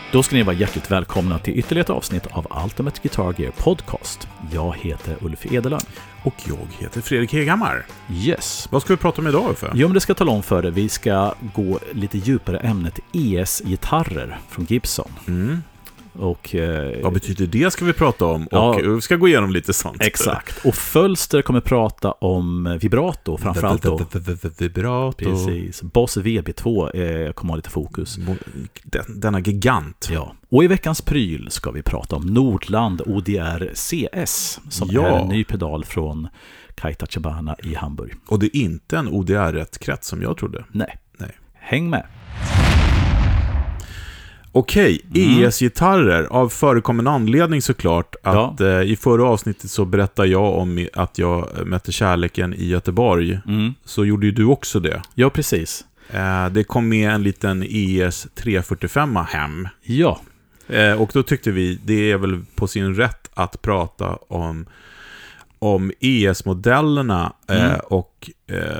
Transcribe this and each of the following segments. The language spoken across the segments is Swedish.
Då ska ni vara hjärtligt välkomna till ytterligare ett avsnitt av Ultimate Guitar Gear Podcast. Jag heter Ulf Edelund. Och jag heter Fredrik Heghammar. Yes. Vad ska vi prata om idag för? Jo, men det ska tala om för det. Vi ska gå lite djupare ämnet ES-gitarrer från Gibson. Och, vad betyder det ska vi prata om? Ja, och vi ska gå igenom lite sånt. Exakt. Och Fölster kommer prata om vibrato framförallt då. Vibrato. Precis. Boss VB2 kommer ha lite fokus. Denna gigant. Ja. Och i veckans pryl ska vi prata om Nordland ODR CS som är en ny pedal från Kai Tachibana i Hamburg. Och det är inte en ODR-krets som jag trodde. Nej. Häng med. Okej, ES-gitarrer av förekommande anledning såklart att i förra avsnittet så berättade jag om att jag mötte kärleken i Göteborg. Så gjorde ju du också det. Ja, precis. Det kom med en liten ES 345 hem. Ja. Och då tyckte vi det är väl på sin rätt att prata om ES-modellerna och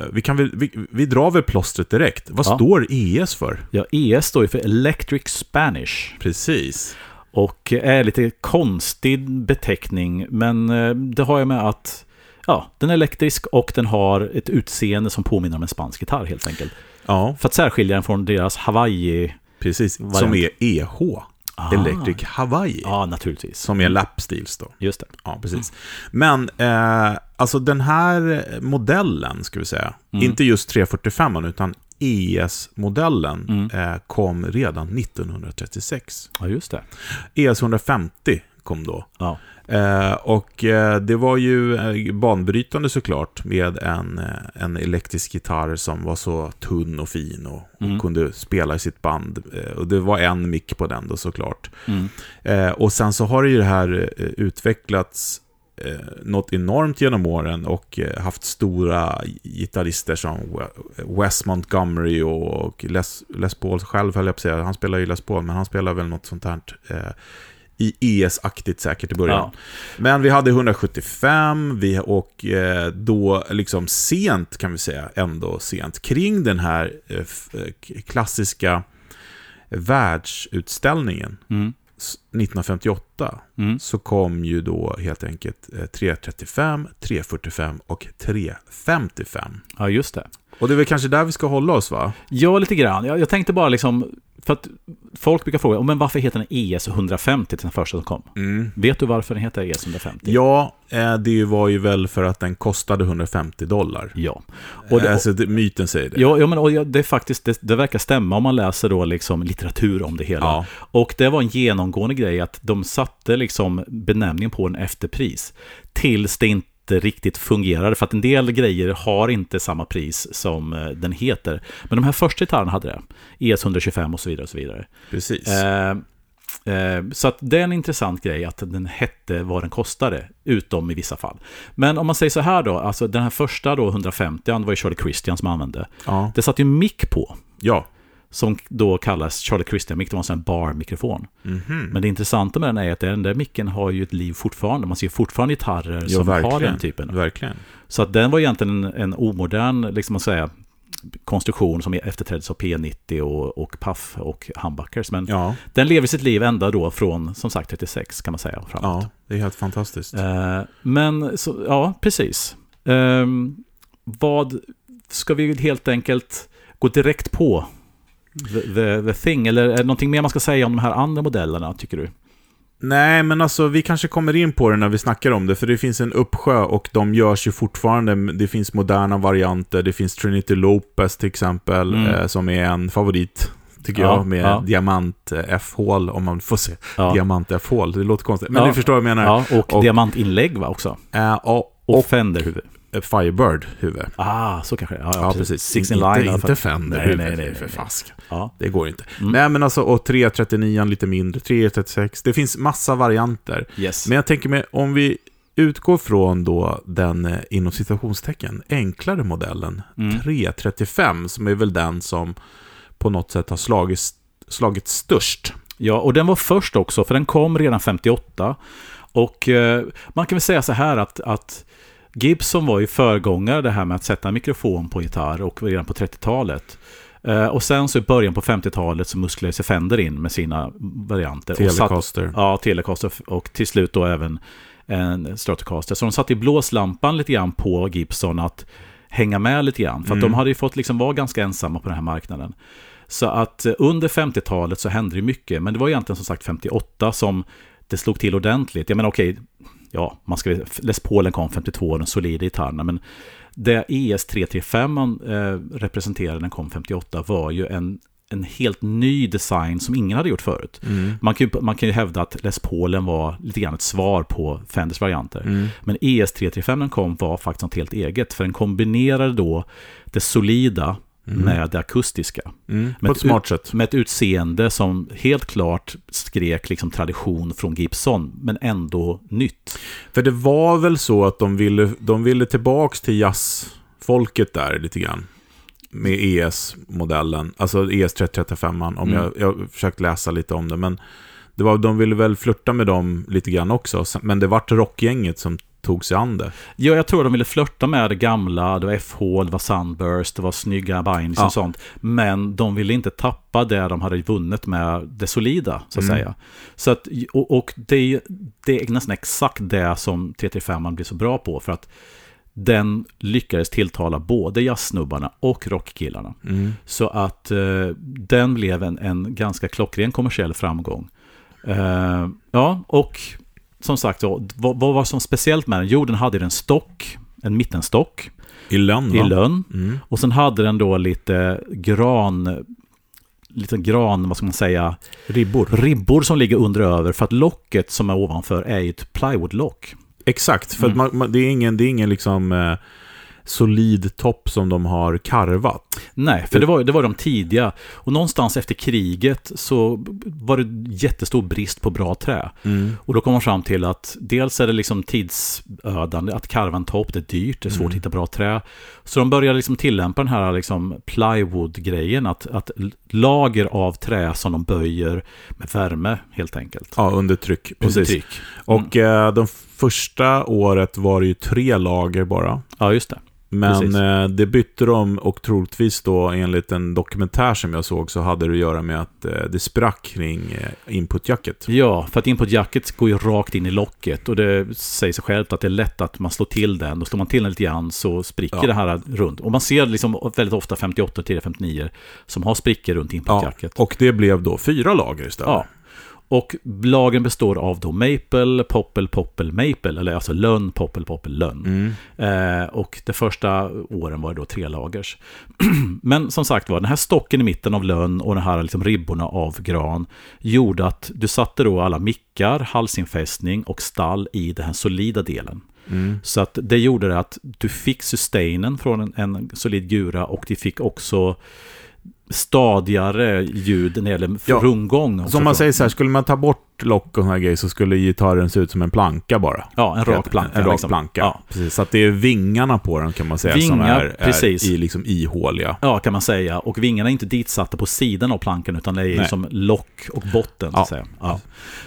vi drar väl plåstret direkt. Vad står ES för? Ja, ES står ju för Electric Spanish. Precis. Och är lite konstig beteckning, men det har ju med att den är elektrisk och den har ett utseende som påminner om en spansk gitarr helt enkelt. Ja. För att särskilja den från deras Hawaii. Precis, som är EH. Electric Hawaii. Ja, naturligtvis. Som är lapstils då. Just det. Ja, precis. Men alltså den här modellen ska vi säga, inte just 345 utan ES-modellen kom redan 1936. Ja, just det. ES 150 kom då. Ja. Och det var ju banbrytande såklart med en elektrisk gitarr som var så tunn och fin och kunde spela i sitt band. Och det var en mick på den då såklart. Och sen så har det ju det här utvecklats något enormt genom åren och haft stora gitarrister som Wes Montgomery och Les Paul själv höll jag på att säga. Han spelar ju Les Paul, men han spelar väl något sånt här i ES-aktigt säkert i början. Ja. Men vi hade 175 och då liksom sent kan vi säga, ändå sent kring den här klassiska världsutställningen 1958 så kom ju då helt enkelt 335, 345 och 355. Ja, just det. Och det är väl kanske där vi ska hålla oss, va? Ja, lite grann. Jag tänkte bara liksom, för att folk brukar fråga, men varför heter den ES 150 till den första som kom? Vet du varför den heter ES 150? Ja, det var ju väl för att den kostade $150. Ja. Och myten säger det. Ja, men det är faktiskt, det verkar stämma om man läser då liksom litteratur om det hela. Ja. Och det var en genomgående grej att de satte liksom benämningen på en efterpris tills det inte riktigt fungerade, för att en del grejer har inte samma pris som den heter. Men de här första gitarrerna hade det. ES 125 och så vidare och så vidare. Precis. Så att det är en intressant grej att den hette vad den kostade, utom i vissa fall. Men om man säger så här då, alltså den här första då 150, det var ju Charlie Christian som använde. Ja. Det satt ju en mick på. Ja. Som då kallas Charlie Christian mick, det var en sån här bar-mikrofon. Men det intressanta med den är att den där micken har ju ett liv fortfarande. Man ser fortfarande gitarrer som har den typen. Verkligen. Så att den var egentligen en omodern, liksom man säga, konstruktion som är efterträds av P90 och Puff och humbuckers. Men den lever sitt liv ända då från, som sagt, 36 kan man säga. Framåt. Ja, det är helt fantastiskt. Men, så, ja, precis. Vad ska vi helt enkelt gå direkt på? The thing, eller är det någonting mer man ska säga om de här andra modellerna, tycker du? Nej, men alltså vi kanske kommer in på det när vi snackar om det, för det finns en uppsjö och de görs ju fortfarande. Det finns moderna varianter, det finns Trinity Lopez till exempel, som är en favorit tycker jag, med diamant F-hål, om man får se diamant F-hål, det låter konstigt, men ni förstår vad jag menar. Ja, och diamantinlägg va också? Och Fender-huvud. Firebird-huvud. Så kanske. Ja, precis. Six in line. Inte Fender-huvud. Nej, för fask. Ja. Det går inte. Nej, men alltså, och 339 lite mindre, 336. Det finns massa varianter. Yes. Men jag tänker mig, om vi utgår från då den, inom citationstecken, enklare modellen, 335, som är väl den som på något sätt har slagit störst. Ja, och den var först också, för den kom redan 58. Och man kan väl säga så här att Gibson var ju föregångare det här med att sätta en mikrofon på gitarr, och redan på 30-talet. Och sen så i början på 50-talet så musklade sig Fender in med sina varianter. Telecaster. Telecaster och till slut då även en Stratocaster. Så de satt i blåslampan lite grann på Gibson att hänga med lite grann. För att de hade ju fått liksom vara ganska ensamma på den här marknaden. Så att under 50-talet så hände det mycket. Men det var egentligen som sagt 58 som det slog till ordentligt. Jag menar okej, Les Paulen kom 52, den solida gitarrerna. Men det ES335 representerade den kom 58 var ju en helt ny design som ingen hade gjort förut. Man kan ju hävda att Les Paulen var lite grann ett svar på Fenders varianter. Men ES335 kom var faktiskt något helt eget. För den kombinerade då det solida med det akustiska. På ett smart sätt. Med ett utseende som helt klart skrek liksom tradition från Gibson, men ändå nytt. För det var väl så att de ville tillbaks till jazzfolket där lite grann. Med ES-modellen, alltså ES335. Om jag försökt läsa lite om det, men de ville väl flirta med dem lite grann också. Men det var rockgänget som tog sig an det. Ja, jag tror de ville flirta med det gamla. Det var FH, det var Sunburst, det var snygga bindings och sånt. Men de ville inte tappa det de hade vunnit med det solida, så att säga. Så att, och det är nästan exakt det som 335 blir så bra på, för att den lyckades tilltala både jazzsnubbarna och rockkillarna. Så att den blev en ganska klockren kommersiell framgång. Och som sagt, vad var som speciellt med den? Jo, den hade en stock, en mittenstock. I lönn. Och sen hade den då lite gran, vad ska man säga? Ribbor som ligger under och över, för att locket som är ovanför är ett plywoodlock. Exakt, för att det är ingen liksom solid topp som de har karvat. Nej, för det var de tidiga. Och någonstans efter kriget så var det jättestor brist på bra trä. Och då kom man fram till att dels är det liksom tidsödande att karva en topp, det är dyrt, det är svårt att hitta bra trä. Så de började liksom tillämpa den här liksom plywood-grejen, att lager av trä som de böjer med värme helt enkelt. Ja, under tryck. Precis. Och de första året var det ju 3 lager bara. Ja, just det. Men det bytte de, och troligtvis då enligt en dokumentär som jag såg så hade det att göra med att det sprack kring inputjacket. Ja, för att inputjacket går ju rakt in i locket, och det säger sig självt att det är lätt att man slår till den, och slår man till den lite grann så spricker det här runt. Och man ser liksom väldigt ofta 58 till 59 som har sprickor runt inputjacket. Ja, och det blev då 4 lager istället. Ja. Och lagen består av då maple, poppel, maple, eller alltså lönn, poppel, lönn. Och de första åren var det då 3 lagers. Men som sagt var, den här stocken i mitten av lönn och den här liksom ribborna av gran gjorde att du satte då alla mickar, halsinfästning och stall i den här solida delen. Så att det gjorde det att du fick sustainen från en solid gura, och du fick också stadigare ljud när det gäller rundgång. Som man säger så här, skulle man ta bort lock och såna här grejer så skulle gitarren se ut som en planka bara. Ja, en rak planka. En rak planka. Ja. Precis. Så att det är vingarna på den kan man säga som är liksom ihåliga. Ja, kan man säga. Och vingarna är inte ditsatta på sidan av plankan, utan det är som lock och botten. Så att säga. Ja.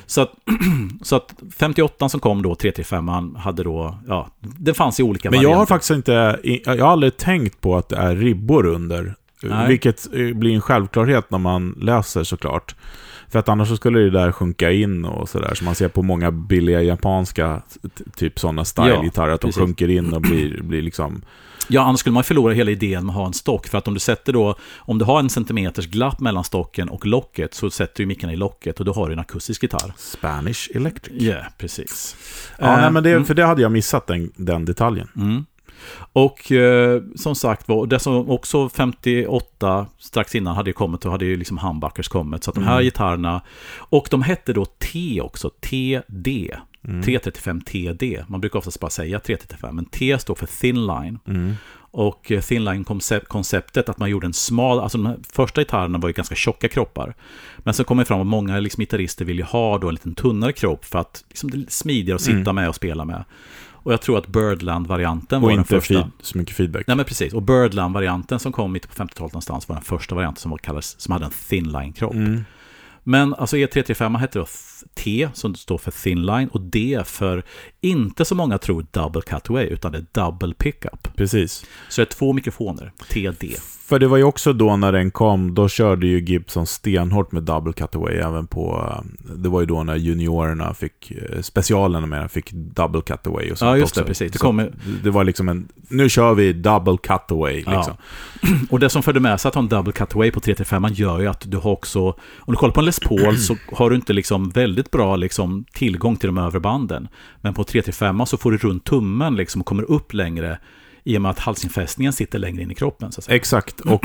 Så att 58 som kom då, 335 hade då, det fanns i olika varianter. Men jag har faktiskt jag har aldrig tänkt på att det är ribbor under. Nej. Vilket blir en självklarhet när man läser såklart. För att annars så skulle det där sjunka in och sådär. Så man ser på många billiga japanska typ sådana style-gitarrer att de sjunker in och blir liksom... Ja, annars skulle man förlora hela idén med att ha en stock. För att om du har en centimeters glapp mellan stocken och locket, så sätter du mickarna i locket och då har du en akustisk gitarr. Spanish Electric. Ja, precis. För det hade jag missat den detaljen. Och som sagt var, det som också 58 strax innan hade kommit, och hade ju liksom humbuckers kommit, så att de här gitarrerna, och de hette då T också, TD, 335 TD. Man brukar oftast bara säga 335, men T står för Thin Line. Och Thin Line-konceptet att man gjorde en smal, alltså de första gitarrerna var ju ganska tjocka kroppar, men så kom det fram att många liksom gitarrister vill ju ha då en liten tunnare kropp för att liksom det är smidigare att sitta med och spela med. Och jag tror att Birdland-varianten var den första. Så mycket feedback. Nej, men precis. Och Birdland-varianten som kom mitt på 50-talet någonstans var den första varianten som hade en thin line-kropp. Men alltså E335 hette då T som står för thin line och D för, inte så många tror, double cutaway, utan det är double pickup. Precis. Så det är 2 mikrofoner, TD. För det var ju också då när den kom, då körde ju Gibson stenhårt med double cutaway även på, det var ju då när juniorerna fick, specialerna med fick double cutaway och sånt. Ja, just också. det, precis. Det var liksom nu kör vi double cutaway liksom. Ja. Och det som förde med sig att ha en double cutaway på 335 man gör ju att du har också, om du kollar på en Les Paul så har du inte liksom väldigt bra liksom tillgång till de övre banden. Men på 335 så får du runt tummen liksom och kommer upp längre i och med att halsinfästningen sitter längre in i kroppen. Så att säga. Exakt, och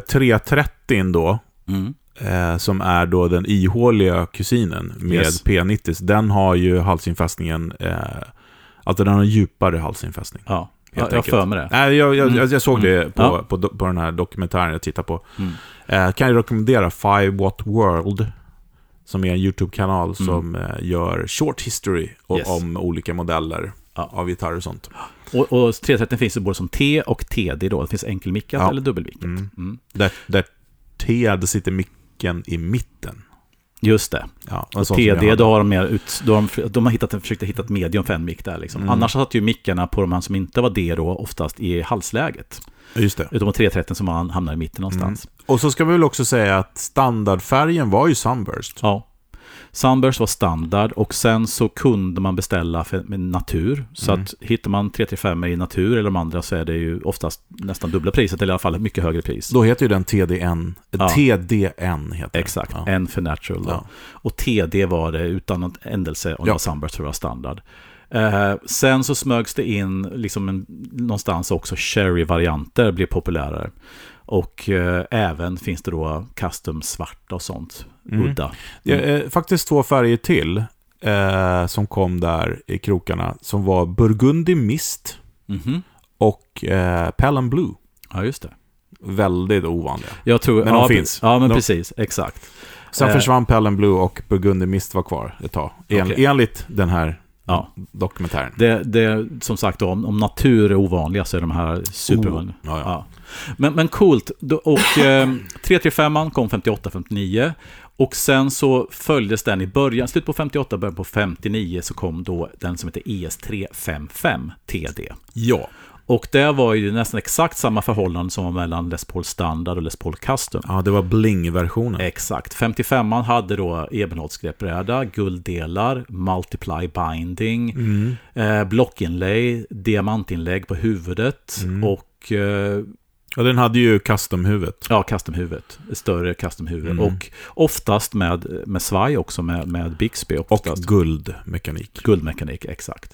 330 då, som är då den ihåliga kusinen med P90, den har ju halsinfästningen, alltså den har en djupare halsinfästning. Ja, jag för mig det. Nej, jag såg det på den här dokumentären jag tittade på. Kan jag rekommendera 5 Watt World, som är en YouTube-kanal som gör short history om olika modeller av gitarrer och sånt. Och 330 finns det både som T och TD då. Det finns enkelmickat eller dubbelmickat. Där T sitter micken i mitten. Just det. Ja, och TD, då har de mer de har försökt hitta ett medium för en mick där liksom. Annars satt ju mickarna på de här som inte var D då oftast i halsläget. Just det. Utom på 330 som man hamnar i mitten någonstans. Och så ska vi väl också säga att standardfärgen var ju Sunburst. Ja. Sunburst var standard och sen så kunde man beställa med natur. Så att hittar man 335 i natur eller de andra så är det ju oftast nästan dubbla priset, eller i alla fall ett mycket högre pris. Då heter ju den TDN. TDN heter exakt, N för natural då. Och TD var det utan någon ändelse om det var Sunburst för att vara standard. Sen så smögs det in liksom någonstans också cherry-varianter blev populärare. Och även finns det då custom svarta och sånt. Udda. Faktiskt 2 färger till som kom där i krokarna, som var Burgundy Mist och Pale and Blue. Ja, just det. Väldigt ovanliga. Jag tror, men de finns. Ja, men precis, exakt. Sen försvann Pale and Blue och Burgundy Mist var kvar ett tag. Enligt den här dokumentären. Det som sagt då, om natur är ovanliga så är de här supervanliga. Ja. Men coolt. Och 335 kom 58-59 och sen så följdes den i början, slut på 58, början på 59 så kom då den som heter ES355 TD. Ja. Och det var ju nästan exakt samma förhållande som var mellan Les Paul Standard och Les Paul Custom. Ja, det var bling-versionen. Exakt. 55an hade då ebenholtsgreppbräda, gulddelar, multiply binding, blockinlay, diamantinlägg på huvudet och... Ja, den hade ju custom-huvudet. Ja, custom-huvudet. Större custom-huvud. Och oftast med svaj också, med Bixby. Och guldmekanik. Guldmekanik, exakt.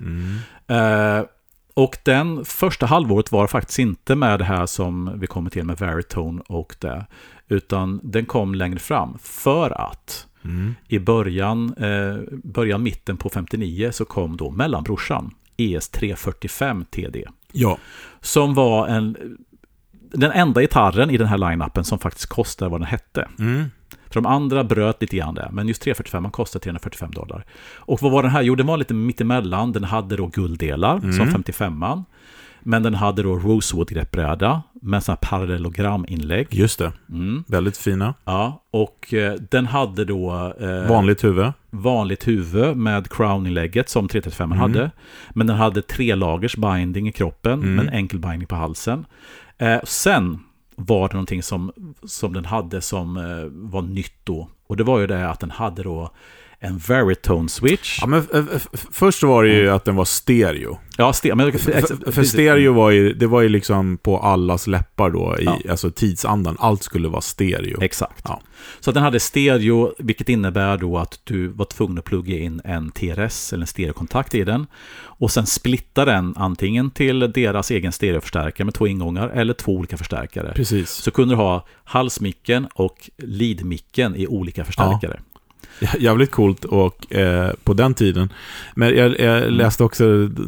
Och den första halvåret var faktiskt inte med det här som vi kommer till med Veritone och det, utan den kom längre fram för att i början mitten på 59 så kom då mellanbrorsan ES345 TD. Ja. Som var den enda gitarren i den här line-upen som faktiskt kostade vad den hette. För de andra bröt lite grann det. Men just 345 kostade $345. Och vad var den här? Jo, den var lite mittemellan. Den hade då gulddelar som 55an. Men den hade då rosewood-greppbräda med sådana parallellograminlägg. Just det. Väldigt fina. Ja, och den hade då... Vanligt huvud med crown-inlägget som 335 hade. Men den hade 3 lagers binding i kroppen med en enkel binding på halsen. Sen var det någonting som den hade som var nytt då. Och det var ju det att den hade då en Veritone switch. Ja, men först var det ju att den var stereo. Ja, för stereo var ju liksom på allas läppar då alltså tidsandan. Allt skulle vara stereo. Exakt. Ja. Så att den hade stereo, vilket innebär då att du var tvungen att plugga in en TRS eller en stereokontakt i den och sen splitta den antingen till deras egen stereoförstärkare med 2 ingångar eller 2 olika förstärkare. Precis. Så kunde du ha halsmicken och leadmicken i olika förstärkare. Ja. Jävligt coolt och på den tiden. Men jag läste också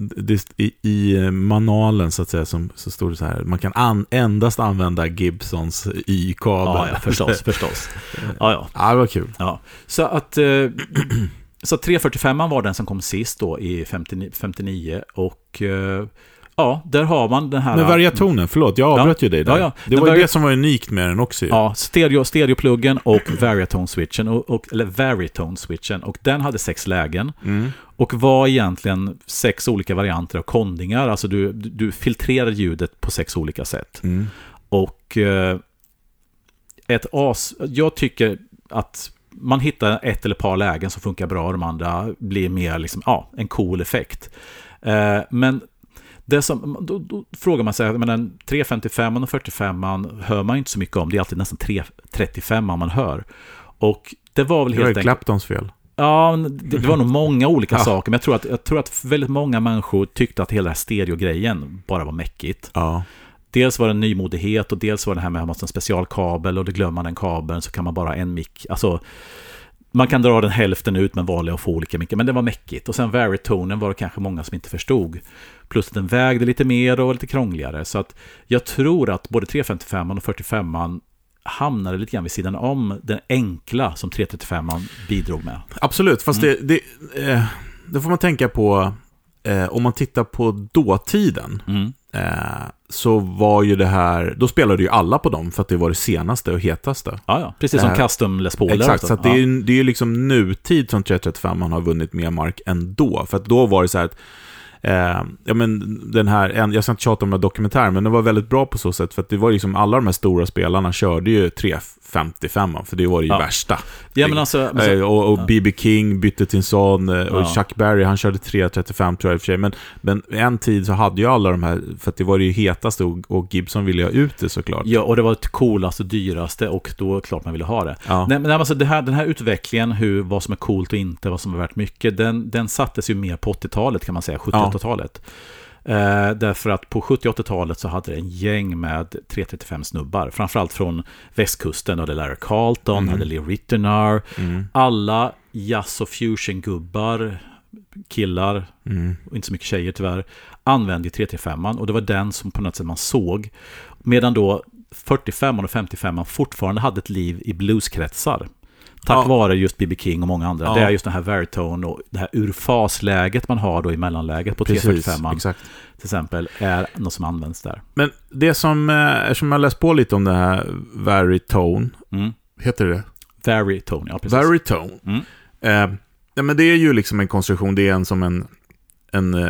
i manualen så att säga, så står det så här: man kan endast använda Gibsons Y-kabel. Ja, förstås. Ja, det var kul. Ja. Så att så 345 var den som kom sist då i 59 och Ja, där har man den här... Men variatonen, förlåt, jag avbröt ju dig där. Ja. Det var ju det som var unikt med den också. Ja, stereopluggen och variatone-switchen, eller varitone-switchen. Och den hade 6 lägen. Och var egentligen 6 olika varianter av kondingar. Alltså du filtrerar ljudet på 6 olika sätt. Och jag tycker att man hittar ett eller par lägen som funkar bra, och de andra blir mer liksom, en cool effekt. Men det som, då frågar man sig, men den 355 och 45 hör man inte så mycket om. Det är alltid nästan 335 man hör. Och det var väl helt enkelt... Claptons fel. Ja, det var nog många olika saker. Men jag tror att väldigt många människor tyckte att hela den här stereogrejen bara var mäckigt. Ja. Dels var det en nymodighet, och dels var det här med att man har en specialkabel, och det glömmer man den kabeln så kan man bara ha en mick. Alltså, man kan dra den hälften ut med vanliga och få olika mickar, men det var mäckigt. Och sen varitonen var det kanske många som inte förstod. Plus att den vägde lite mer och lite krångligare. Så att jag tror att både 355 och 45 hamnade lite grann vid sidan om den enkla som 335 bidrog med. Absolut, fast det får man tänka på om man tittar på dåtiden. Så var ju det här, då spelade ju alla på dem för att det var det senaste och hetaste. Ja, precis som custom Les Pauler. Exakt, så att det är ju liksom nutid som 335 man har vunnit mer mark än då. För att då var det så här att den här, jag ska inte tjata om den här dokumentären, men det var väldigt bra på så sätt, för att det var liksom alla de här stora spelarna körde ju 355, för det var det ju värsta. Ja, men alltså, och B.B. King bytte till en sån, och Chuck Berry, han körde 335 tror jag i och för sig, men en tid så hade ju alla de här, för att det var det ju hetaste, och Gibson ville ha ut det såklart. Ja, och det var det coolaste och dyraste, och då klart man ville ha det. Nej, men alltså den här utvecklingen, vad som är coolt och inte, vad som är värt mycket, den sattes ju mer på 80-talet kan man säga, 70-80-talet. Därför att på 70-80-talet så hade det en gäng med 335 snubbar, framförallt från västkusten, och det Larry Carlton, hade Leo Ritenour, alla jazz- och fusion-gubbar, killar, och inte så mycket tjejer tyvärr, använde 335, och det var den som på något sätt man såg, medan då 45 och 55 fortfarande hade ett liv i blueskretsar. Tack vare just B.B. King och många andra. Det är just den här varitone och det här urfasläget man har då i mellanläget på 345 exakt. Till exempel, är något som används där. Men det som jag läst på lite om det här varitone, heter det? Varitone, ja precis. Varitone. Men det är ju liksom en konstruktion, det är som en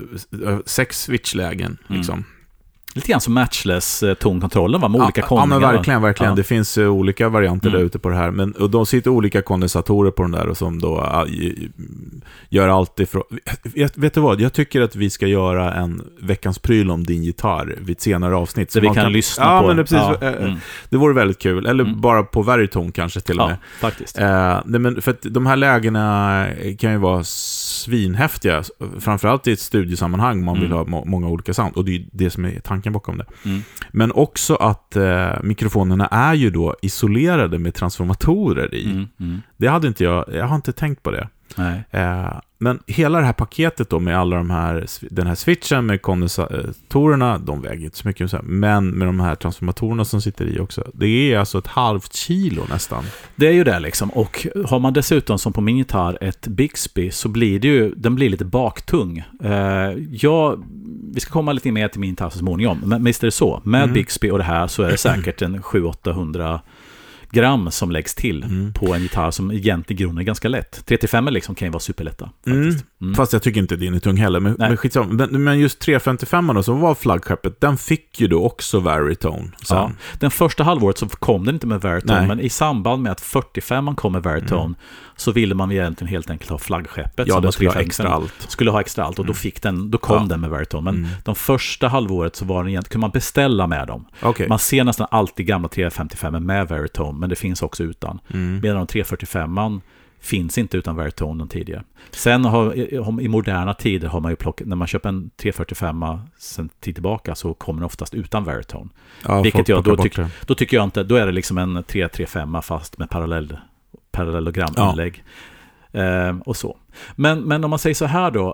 6 switchlägen liksom. Lite grann som matchless tonkontrollen, med olika kondingar. Ja, men verkligen. Ja. Det finns olika varianter där ute på det här. Och de sitter olika kondensatorer på den där, och som då gör allt ifrån... Vet du vad? Jag tycker att vi ska göra en veckans pryl om din gitarr vid ett senare avsnitt. Så vi kan lyssna på. Men det, precis, det vore väldigt kul. Eller bara på varitone kanske till och med. Faktiskt. Men för att de här lägena kan ju vara svinhäftiga. Framförallt i ett studiesammanhang man vill ha många olika sound. Och det är det som är tanken bakom det. Men också att mikrofonerna är ju då isolerade med transformatorer i. Det hade inte jag har inte tänkt på det. Nej. Men hela det här paketet då med alla den här switchen med kondensatorerna, de väger inte så mycket, men med de här transformatorerna som sitter i också, det är alltså ett halvt kilo nästan. Det är ju det liksom, och har man dessutom som på min gitarr ett Bixby, så blir det ju, den blir lite baktung. Vi ska komma lite mer till min gitarr så småningom, men visst är det så, med Bixby och det här så är det säkert en 700-800 gram som läggs till på en gitarr som egentligen i grunden är ganska lätt. 335 liksom kan ju vara superlätta faktiskt. Fast jag tycker inte det är tung heller. Men just 355 då, som var flaggskeppet, den fick ju då också varitone. Ja, den första halvåret så kom den inte med varitone, men i samband med att 45 kom med varitone så ville man egentligen helt enkelt ha flaggskeppet. Ja, den skulle ha extra allt. Och då kom den med varitone. Men de första halvåret så var den egentligen, kunde man beställa med dem. Okay. Man ser nästan alltid gamla 355 med varitone, men det finns också utan. Medan de 345 finns inte utan varitone tidigare. Sen i moderna tider har man ju plockat, när man köper en 345 sen tid tillbaka så kommer den oftast utan varitone. Ja, vilket då tycker jag inte, då är det liksom en 335 fast med parallellograminlägg. Och så. Men om man säger så här då,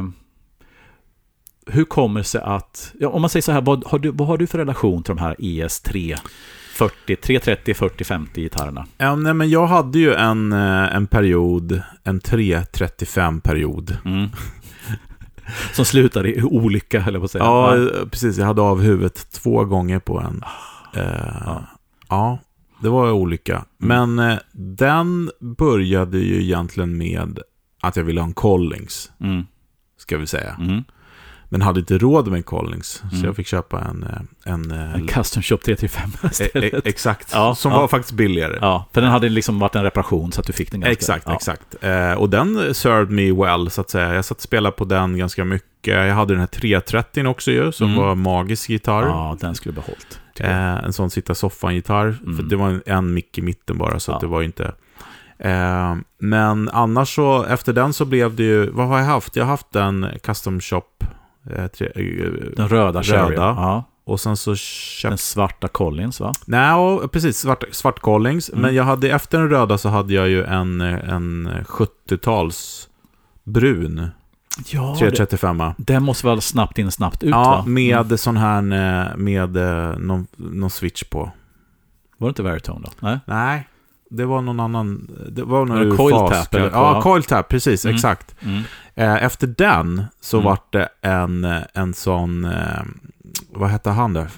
hur kommer det sig att, om man säger så här, vad har du för relation till de här ES3 330, 40, 50 gitarrerna? Nej, men jag hade ju en period, en 335-period. Som slutade i olycka, eller vad säger Ja, precis. Jag hade av huvudet 2 gånger på en. Ja, det var olycka. Men den började ju egentligen med att jag ville ha en Collings. Ska vi säga. Men hade inte råd med en Collings. Så jag fick köpa en Custom Shop 335 istället. Exakt, som var faktiskt billigare. Ja, för den hade liksom varit en reparation så att du fick den ganska... Exakt. Och den served me well, så att säga. Jag satt och spelade på den ganska mycket. Jag hade den här 330 också ju, som var magisk gitarr. Ja, den skulle behållit. En sån sitta soffan-gitarr. För det var en mick i mitten bara, så att det var inte... men annars så, efter den så blev det ju... Vad har jag haft? Jag har haft en Custom Shop... den röda. Ja. Och sen så den svarta Collins, va? Nej, precis, svart Collins. Men jag hade, efter den röda så hade jag ju en 70-tals brun 335. Den måste väl snabbt in, snabbt ut, va? Va? Med sån här med någon switch på. Var det inte Veritone då? Nej. Det var någon annan. Det var någon coil tap, eller? Ja, coil tap, precis, exakt. Efter den så var det en sån vad hette han där?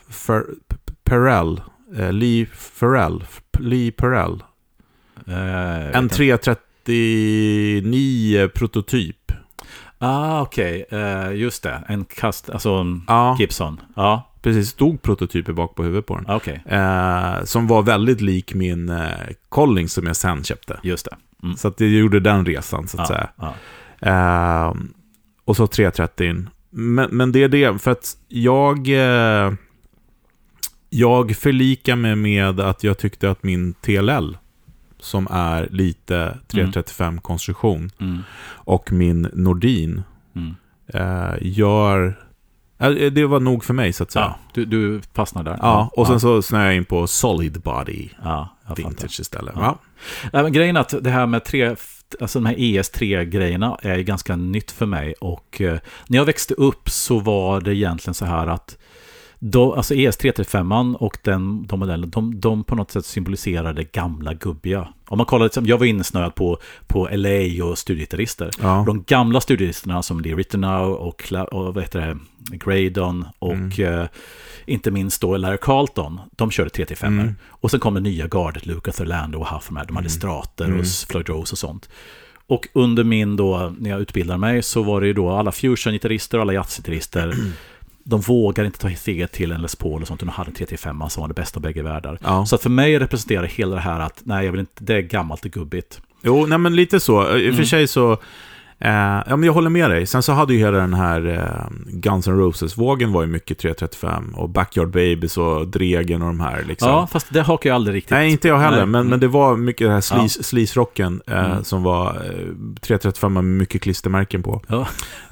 Lee Perel. En 339 prototyp. Okej. Just det. En Gibson. Ja. Precis, stod prototyper bak på huvudet på den. Okay. Som var väldigt lik min Collings som jag sen köpte. Just det. Så att jag gjorde den resan, så att säga. Och så 330. Men det är det, för att jag förlikar mig med att jag tyckte att min TLL, som är lite 335 konstruktion, och min Nordin gör... Det var nog för mig, så att säga. Ja, du fastnade där. Ja, och sen så snöade jag in på Solid Body vintage istället. Men grejen är att det här med de här ES3-grejerna är ganska nytt för mig. Och när jag växte upp så var det egentligen så här att alltså ES335 och de modellen, de på något sätt symboliserade gamla gubbiga. Om man kollar, jag var insnöad på LA och studiegitarrister. Ja. De gamla studiegitarristerna som Lee Ritenour och vad heter det, Graydon och inte minst då Larry Carlton, de körde 335. Och sen kom det nya gardet, Lucas Orlando och Huffman, de hade Strater och Floyd Rose och sånt. Och under min då, när jag utbildade mig, så var det ju då alla fusion-gitarrister och alla jazzgitarrister. De vågar inte ta steget till en Les Paul och sånt. De hade en 335 som var det bästa av bägge världar. Ja. Så att för mig representerar hela det här att nej, jag vill inte, det är gammalt och gubbigt. Jo, nej, men lite så. I och för sig så ja, men jag håller med dig. Sen så hade ju hela den här Guns N' Roses-vågen var ju mycket 335 och Backyard Babies och Dregen och de här liksom. Ja, fast det hakar jag aldrig riktigt. Nej, inte jag heller, men det var mycket det här sleaze-rocken som var 335 med mycket klistermärken på. Ja.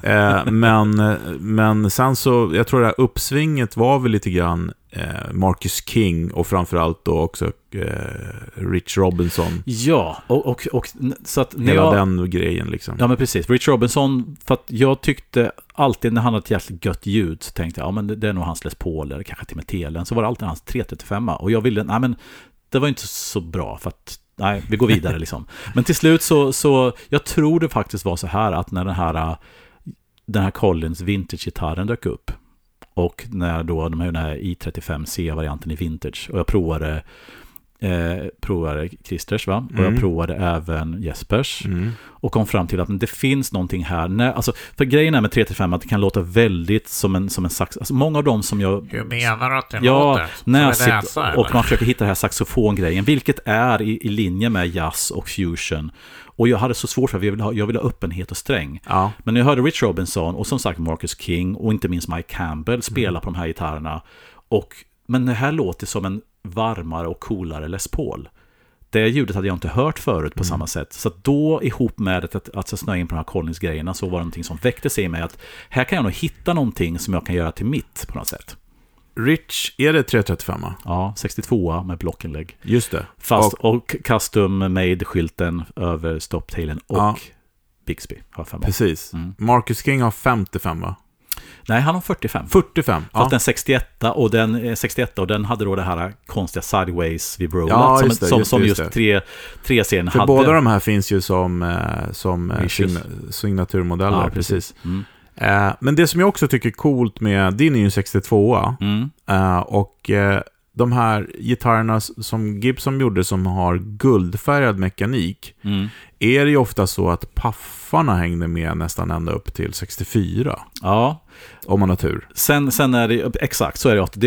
Men sen så, jag tror det här uppsvinget var väl lite grann Marcus King och framförallt då också Rich Robinson. Ja, och så att hela den grejen liksom. Ja, men precis. Rich Robinson, för att jag tyckte alltid när han hade ett jävligt gött ljud så tänkte jag, ja men det är nog hans Les Paul eller kanske till med telen, så var det alltid hans 335 och jag ville, nej men det var inte så bra för att nej, vi går vidare liksom. Men till slut så jag tror det faktiskt var så här att när den här Collins vintage-gitarren dök upp och när då den här i35C-varianten i vintage och jag provade Christers, va? Och jag provade även Jespers och kom fram till att det finns någonting här. Alltså, för grejen är med 335 att det kan låta väldigt som en sax. Alltså, många av dem som jag... Hur menar du att det låter? Näsigt, och man försöker hitta den här saxofongrejen, vilket är i linje med jazz och fusion. Och jag hade så svårt för att jag ville ha öppenhet och sträng. Ja. Men när jag hörde Rich Robinson och som sagt Marcus King och inte minst Mike Campbell spela på de här gitarrerna. Men det här låter som en varmare och coolare Les Paul. Det ljudet hade jag inte hört förut på samma sätt. Så då ihop med att snöa in på de här Collins-grejerna så var det någonting som väckte sig i mig att här kan jag nog hitta någonting som jag kan göra till mitt på något sätt. Rich, är det 335? Ja, 62 med blockinlägg. Just det. Fast och custom made-skylten över stoptailen och Bixby har 5. Precis. Marcus King har 55, va? Nej, han har 45. 45. Fast den 61 och den hade då det här konstiga sideways vibrolet som just 3-serien hade. För båda de här finns ju som signaturmodeller, precis. Men det som jag också tycker är coolt med din är ju 62 och de här gitarrerna som Gibson gjorde som har guldfärgad mekanik är det ju ofta så att paffarna hängde med nästan ända upp till 64. Ja. Om man har tur. Sen är det, exakt så är det att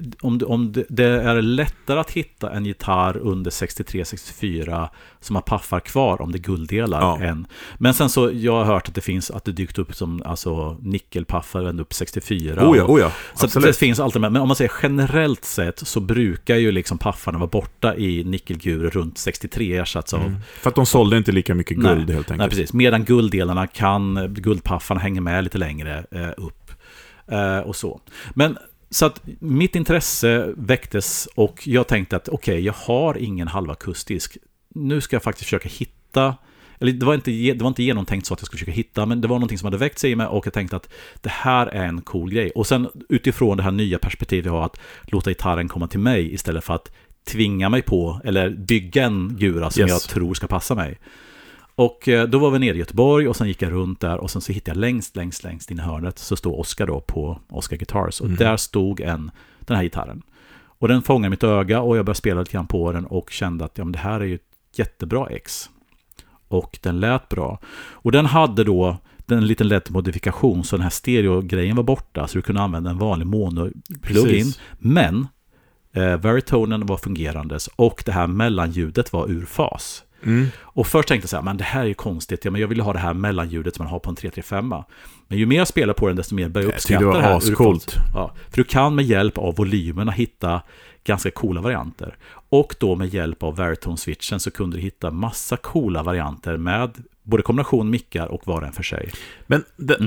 om det är lättare att hitta en gitarr under 63-64 som har paffar kvar om det är gulddelar än. Men sen så, jag har hört att det dykt upp som alltså nickelpaffar ända upp 64. Oh ja, så det finns alltid med. Men om man säger generellt sett så brukar ju liksom paffarna vara borta i nickelgur runt 63 ersatts av. För att de sålde inte lika mycket guld helt enkelt. Nej, precis. Medan gulddelarna guldpaffarna hänger med lite längre upp. Och så. Men så att mitt intresse väcktes och jag tänkte att okej, jag har ingen halvakustisk. Nu ska jag faktiskt försöka hitta, eller det var inte genomtänkt så att jag skulle försöka hitta, men det var någonting som hade väckt sig i mig och jag tänkte att det här är en cool grej. Och sen utifrån det här nya perspektivet jag har att låta gitarren komma till mig istället för att tvinga mig på eller bygga en gura som jag tror ska passa mig. Och då var vi nere i Göteborg och sen gick jag runt där och sen så hittade jag längst in i hörnet så stod Oscar då på Oscar Guitars och där stod den här gitarren. Och den fångade mitt öga och jag började spela lite grann på den och kände att men det här är ju ett jättebra ex. Och den lät bra. Och den hade då en liten lätt modifikation så den här stereo-grejen var borta så du kunde använda en vanlig mono-plugin. Men Veritonen var fungerandes och det här mellanljudet var ur fas. Och först tänkte jag så här, men det här är ju konstigt. Ja, men jag vill ha det här mellanljudet som man har på en 335. Men ju mer jag spelar på den desto mer börjar jag uppskatta det här. Ja, för du kan med hjälp av volymerna hitta ganska coola varianter. Och då med hjälp av Veritone-switchen så kunde du hitta massa coola varianter med både kombination mickar och var en för sig. Men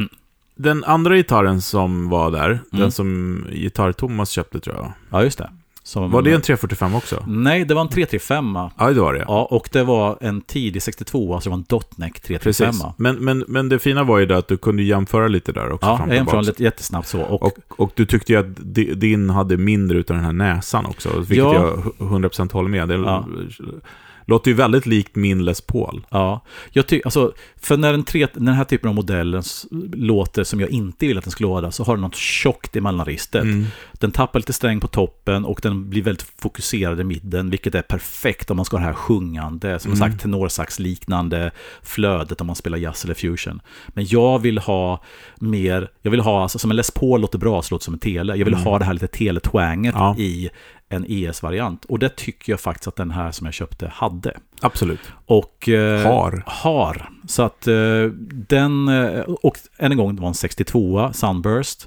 den andra gitarren som var där, den som gitarr Thomas köpte tror jag. Ja, just det. Var det en 345 också? Nej, det var en 335. Ja, det var det. Ja, och det var en tidig 62, alltså det var en Dotneck 335. Precis. Men det fina var ju det att du kunde jämföra lite där också. Ja, jag jämförde lite jättesnabbt så. Och du tyckte ju att din hade mindre utav den här näsan också, vilket jag 100% håller med. Det låter ju väldigt likt min Les Paul. Ja, jag tycker alltså för när den här typen av modellen låter som jag inte vill att den ska låta så har den något tjockt i mellanristet. Den tappar lite sträng på toppen och den blir väldigt fokuserad i mitten, vilket är perfekt om man ska ha det här sjungande, som sagt tenorsax liknande flödet om man spelar jazz eller fusion. Men jag vill ha alltså, som en Les Paul låter bra så låter som en tele. Jag vill ha det här lite teletwanget i en ES-variant. Och det tycker jag faktiskt att den här som jag köpte hade. Absolut. Och har. Så att den, och en gång det var en 62 Sunburst,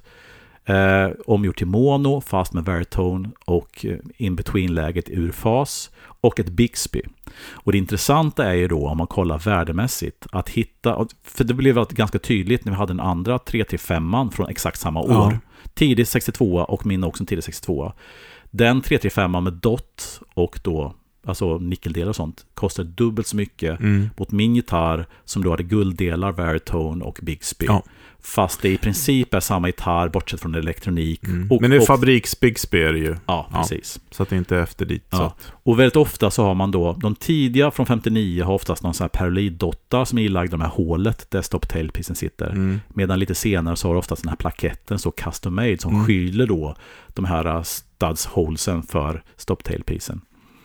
omgjort till mono, fast med Veritone och in-between-läget ur fas och ett Bixby. Och det intressanta är ju då om man kollar värdemässigt att hitta, för det blev ganska tydligt när vi hade den andra 335 från exakt samma år. Tidig 62 och min också en tidig 62. Den 335 med dot och då alltså nickeldelar och sånt kostar dubbelt så mycket mot min gitarr som då hade gulddelar, Veritone och Bixby. Fast det i princip är samma gitarr bortsett från elektronik. Men det är fabriks Bixby är det ju. Ja, precis. Så att det inte är efter dit. Ja. Och väldigt ofta så har man då, de tidiga från 59 har oftast någon sån här parallid-dottar som är ilagd de här hålet där stop-tailpisen sitter. Medan lite senare så har oftast den här plaketten så custom-made som skyller då de här studs-holesen för stop-tailpisen.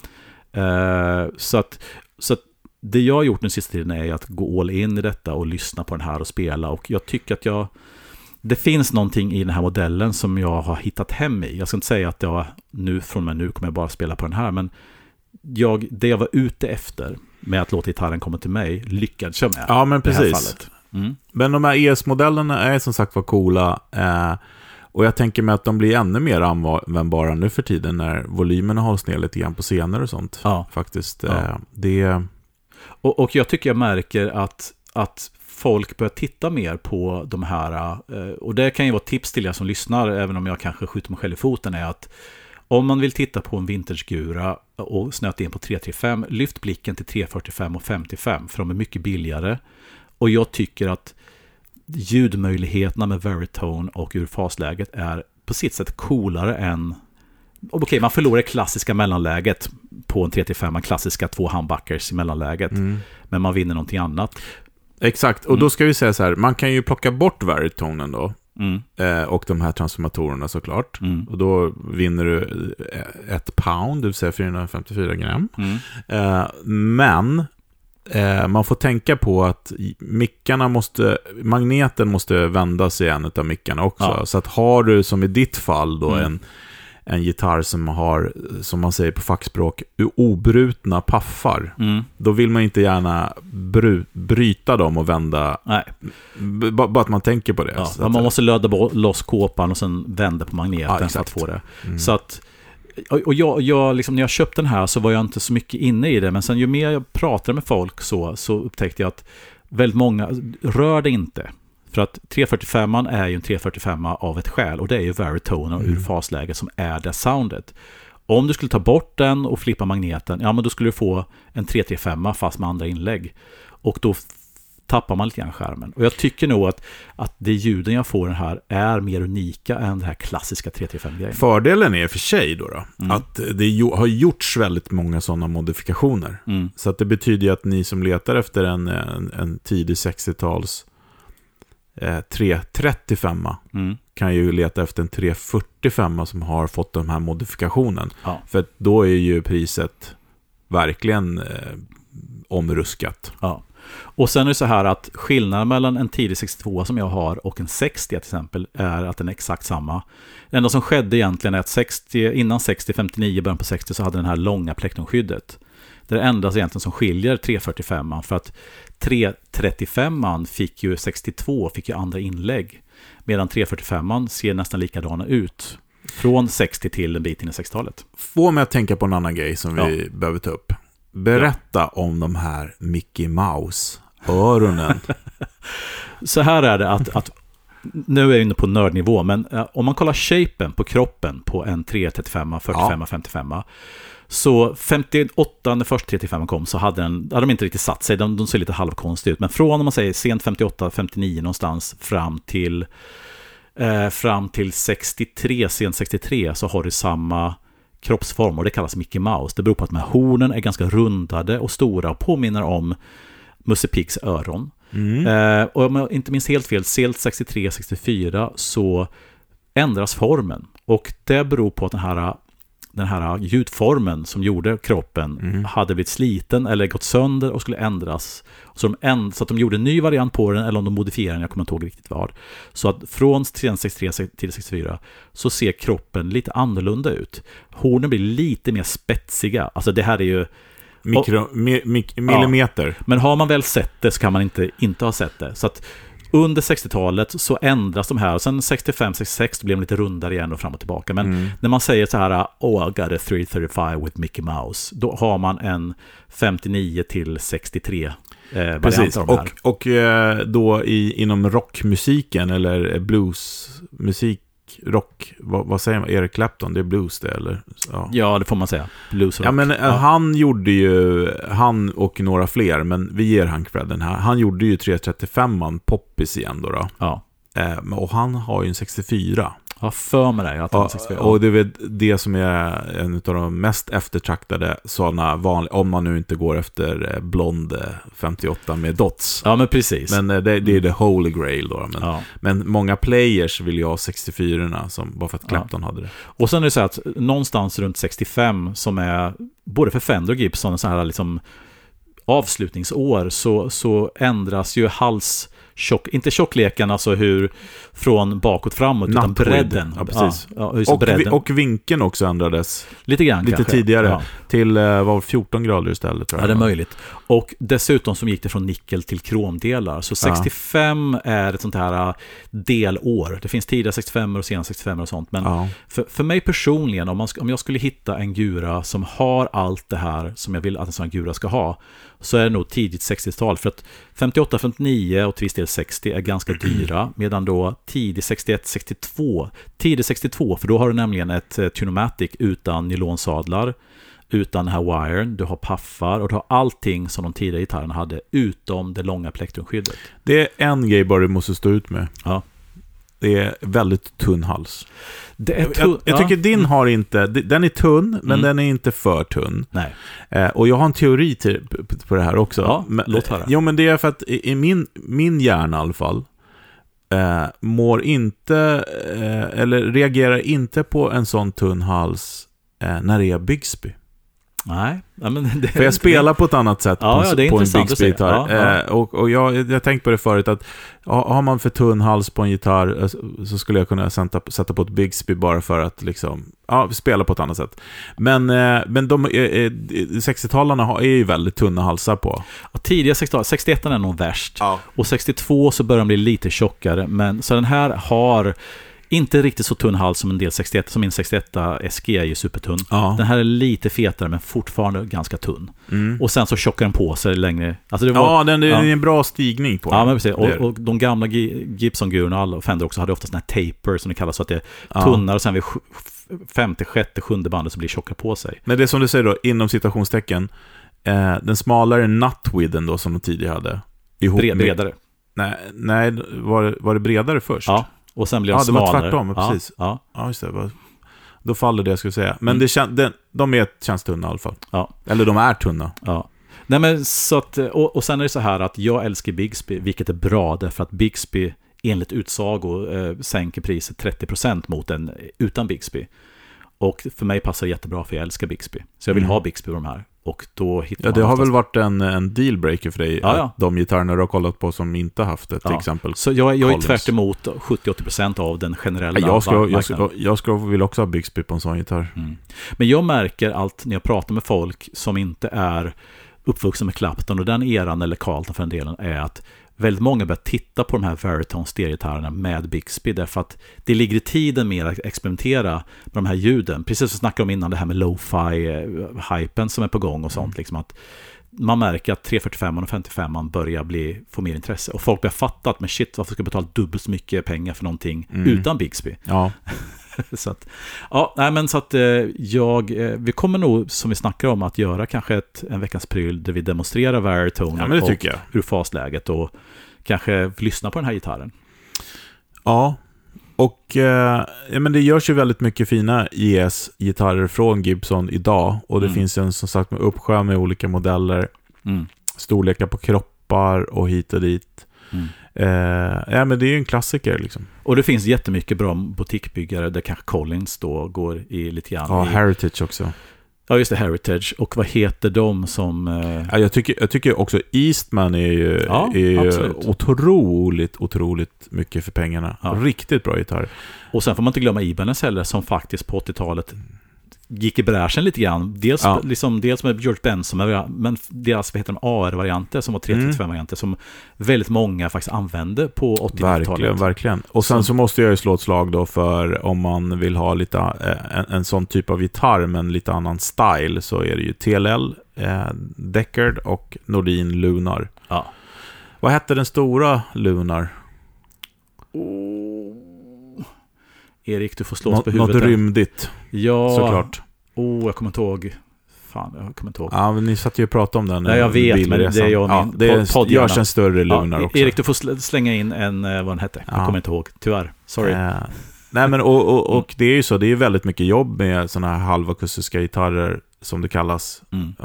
Så att det jag har gjort den sista tiden är att gå all in i detta och lyssna på den här och spela. Och jag tycker att det finns någonting i den här modellen som jag har hittat hem i. Jag ska inte säga att nu kommer jag bara spela på den här, men det jag var ute efter med att låta gitarren komma till mig lyckades jag med. Ja, men precis. Det här fallet. Men de här ES-modellerna är som sagt var coola. Och jag tänker mig att de blir ännu mer användbara nu för tiden när volymerna hålls ner lite grann på scener och sånt. Ja. Faktiskt. Ja. Och jag tycker jag märker att folk börjar titta mer på de här, och det kan ju vara tips till er som lyssnar, även om jag kanske skjuter mig själv i foten, är att om man vill titta på en vintage-gura och snöta in på 335, lyft blicken till 345 och 55, för de är mycket billigare. Och jag tycker att ljudmöjligheterna med Veritone och ur fasläget är på sitt sätt coolare än... Okej, man förlorar det klassiska mellanläget på en 335, klassiska 2 humbuckers i mellanläget. Men man vinner någonting annat. Exakt, och då ska vi säga så här, man kan ju plocka bort varitonen då. Och de här transformatorerna såklart. Och då vinner du 1 pound, det vill säga 454 gram. Men man får tänka på att magneten måste vändas i en av mickarna också. Ja. Så att har du, som i ditt fall då, en gitarr som har, som man säger på fackspråk, obrutna paffar, då vill man inte gärna bryta dem och vända. Nej. Bara att man tänker på det. Ja, så man måste löda loss kåpan och sen vända på magneten för att få det. Så att, och jag liksom, när jag köpte den här så var jag inte så mycket inne i det, men sen ju mer jag pratade med folk så upptäckte jag att väldigt många rör det inte. För att 345 är ju en 345 av ett skäl, och det är ju varitoner ur fasläge som är det soundet. Om du skulle ta bort den och flippa magneten, ja, men då skulle du få en 335 fast med andra inlägg. Och då tappar man lite grann skärmen. Och jag tycker nog att de ljuden jag får den här är mer unika än det här klassiska 335-grejen. Fördelen är för sig då att det har gjorts väldigt många sådana modifikationer. Så att det betyder att ni som letar efter en tidig 60-tals 335 kan ju leta efter en 345 som har fått de här modifikationen. Ja. För då är ju priset verkligen omruskat. Ja. Och sen är det så här att skillnaden mellan en tidig 62 som jag har och en 60 till exempel är att den är exakt samma. Det enda som skedde egentligen är att innan 60, 59, början på 60 så hade den här långa plektrumskyddet. Det är det enda egentligen som skiljer 345 för att 335 fick ju 62, fick ju andra inlägg, medan 345 ser nästan likadana ut från 60 till en bit in i 60-talet. Får mig att tänka på en annan grej som vi behöver ta upp. Berätta om de här Mickey Mouse-öronen. Så här är det att nu är jag inne på nördnivå, men om man kollar shapen på kroppen på en 335, 45, 55, så 58 när först 335 kom så hade de inte riktigt satt sig, de ser lite halvkonstigt ut, men från, om man säger sent 58, 59 någonstans fram till 63, sent 63, så har du samma kroppsform, och det kallas Mickey Mouse. Det beror på att de här hornen är ganska rundade och stora och påminner om Musse Piggs öron. Och om jag inte minns helt fel, sent 63, 64 så ändras formen, och det beror på att den här ljudformen som gjorde kroppen hade blivit sliten eller gått sönder och skulle ändras. Så att de gjorde en ny variant på den, eller om de modifierade den, jag kommer inte ihåg riktigt vad. Så att från 63 till 64 så ser kroppen lite annorlunda ut. Hornen blir lite mer spetsiga. Alltså det här är ju millimeter. Ja, men har man väl sett det så kan man inte ha sett det. Så att under 60-talet så ändras de här, och sen 65-66 blir de lite rundare igen och fram och tillbaka. Men när man säger så här, I got a 335 with Mickey Mouse, då har man en 59 till 63 precis. Och då inom rockmusiken eller bluesmusik, rock, vad säger man? Eric Clapton, det är blues det, eller? Ja, det får man säga. Blues rock. Ja, men han gjorde ju, han och några fler, men vi ger han credden här. Han gjorde ju 335 poppis igen då. Ja. Och han har ju en 64. Ja, för mig det. Och det är väl det som är en av de mest eftertraktade sådana vanliga, om man nu inte går efter blond 58 med dots. Ja, men precis. Men det är the holy grail då. Men många players vill ju ha 64-orna, som bara för att Clapton hade det. Och sen är det så att någonstans runt 65, som är både för Fender och Gibson, så här liksom avslutningsår, så ändras ju inte tjockleken, alltså hur från bakåt framåt, utan bredden. Ja, precis. Bredden. Och vinkeln också ändrades lite grann, lite kanske tidigare till 14 grader istället, tror jag. Ja, det är möjligt. Och dessutom som gick det från nickel till kromdelar. Så 65 är ett sånt här delår. Det finns tidiga 65 och sena 65 och sånt. Men för mig personligen, om jag skulle hitta en gura som har allt det här som jag vill att en sån gura ska ha, så är det nog tidigt 60-tal. För att 58, 59 och till viss del 60 är ganska dyra, medan då tidigt 61, 62, för då har du nämligen ett Tunomatic utan nylonsadlar, utan den här wiren, du har paffar och du har allting som de tidiga gitarrerna hade, utom det långa plektrumskyddet. Det är en grej bara du måste stå ut med. Ja. Det är väldigt tunn hals. Det är jag tycker din har inte... Den är tunn, men den är inte för tunn. Nej. Och jag har en teori på det här också. Ja, låt höra. Jo, men det är för att i min hjärna i alla fall mår inte... eller reagerar inte på en sån tunn hals när det är Bigsby. Nej, men för jag spelar på ett annat sätt på en Bigsby-gitarr. Och jag tänkte på det förut att har man för tunn hals på en gitarr så skulle jag kunna sätta på ett Bigsby bara för att liksom, spela på ett annat sätt. Men de 60-talarna är ju väldigt tunna halsar på. Tidiga 60-talet, 61 är nog värst. Och 62 så börjar de bli lite tjockare. Men så den här har... inte riktigt så tunn hals som en del 61, som min 61 SG är ju supertunn. Ja. Den här är lite fetare men fortfarande ganska tunn. Och sen så tjockar den på sig längre. Alltså det var, det är en bra stigning på den. Ja, men precis. Och de gamla Gibson-gurorna och alla Fender också hade ofta såna här taper som det kallas, så att det är tunnare och sen vid 5:e, 6:e, 7:e bandet så blir det tjockare på sig. Men det är som du säger då, inom citationstecken, den smalare nutwidden då som de tidigare hade. Bredare. Nej, var det bredare först? Ja. Och sen blir de smalare. Det var tvärtom, precis. Ja, just det. Då faller det jag skulle säga. Men de känns tunna i alla fall. Ja. Eller de är tunna. Ja. Nej, men så att, och sen är det så här att jag älskar Bigsby, vilket är bra därför att Bigsby enligt utsago sänker priset 30% mot en utan Bigsby. Och för mig passar det jättebra för jag älskar Bigsby. Så jag vill ha Bigsby på de här. Och då hittar man det har väl varit en dealbreaker för dig, ja. De gitarrerna du har kollat på som inte haft det, till exempel. Så jag är tvärt emot 70-80% av den generella jag vill också ha Bigsby på en sån gitarr. Men jag märker allt när jag pratar med folk som inte är uppvuxna med Clapton och den eran eller Carlton för den delen, är att väldigt många börjar titta på de här Veritone stereogitarrerna med Bigsby därför att det ligger i tiden mer att experimentera med de här ljuden. Precis som vi snackade om innan, det här med lo-fi-hypen som är på gång och sånt. Liksom att man märker att 345 och 55 börjar få mer intresse. Och folk börjar fatta att men shit, varför ska jag betala dubbelt så mycket pengar för någonting utan Bigsby? Ja. Så att, vi kommer nog, som vi snackar om, att göra kanske en veckans pryl där vi demonstrerar Veritone och ur fasläget och kanske lyssna på den här gitarren. Ja, och men det görs ju väldigt mycket fina ES-gitarrer från Gibson idag, och det finns en som sagt med uppskär med olika modeller, storlekar på kroppar och hit och dit. Men det är ju en klassiker liksom. Och det finns jättemycket bra butikbyggare där kanske Collins då går i lite grann. Ja, Heritage också. Ja, just det, Heritage. Och vad heter de som... Jag tycker också Eastman är ju otroligt mycket för pengarna. Ja. Riktigt bra gitarr. Och sen får man inte glömma Ibanez heller, som faktiskt på 80-talet gick i bräschen lite grann. Dels med George Benson, men deras AR-varianter som var 335-varianter som väldigt många faktiskt använde på 80-talet. Verkligen. Och sen så måste jag ju slå ett slag då för om man vill ha lite en sån typ av gitarr men lite annan style, så är det ju TLL, Deckard och Nordin Lunar. Ja. Vad hette den stora Lunar? Erik, du får slås på huvudet. Något rymdigt. Ja. Såklart. Jag kommer inte ihåg. Jag kommer inte ihåg. Ja, men ni satt ju och pratade om den. Nej, jag vet, men det är jag min det görs en större Lunar också. Erik, du får slänga in vad den hette. Jag kommer inte ihåg, tyvärr. Sorry. Nej, men och det är ju så, det är väldigt mycket jobb med såna här halvakustiska gitarrer som det kallas.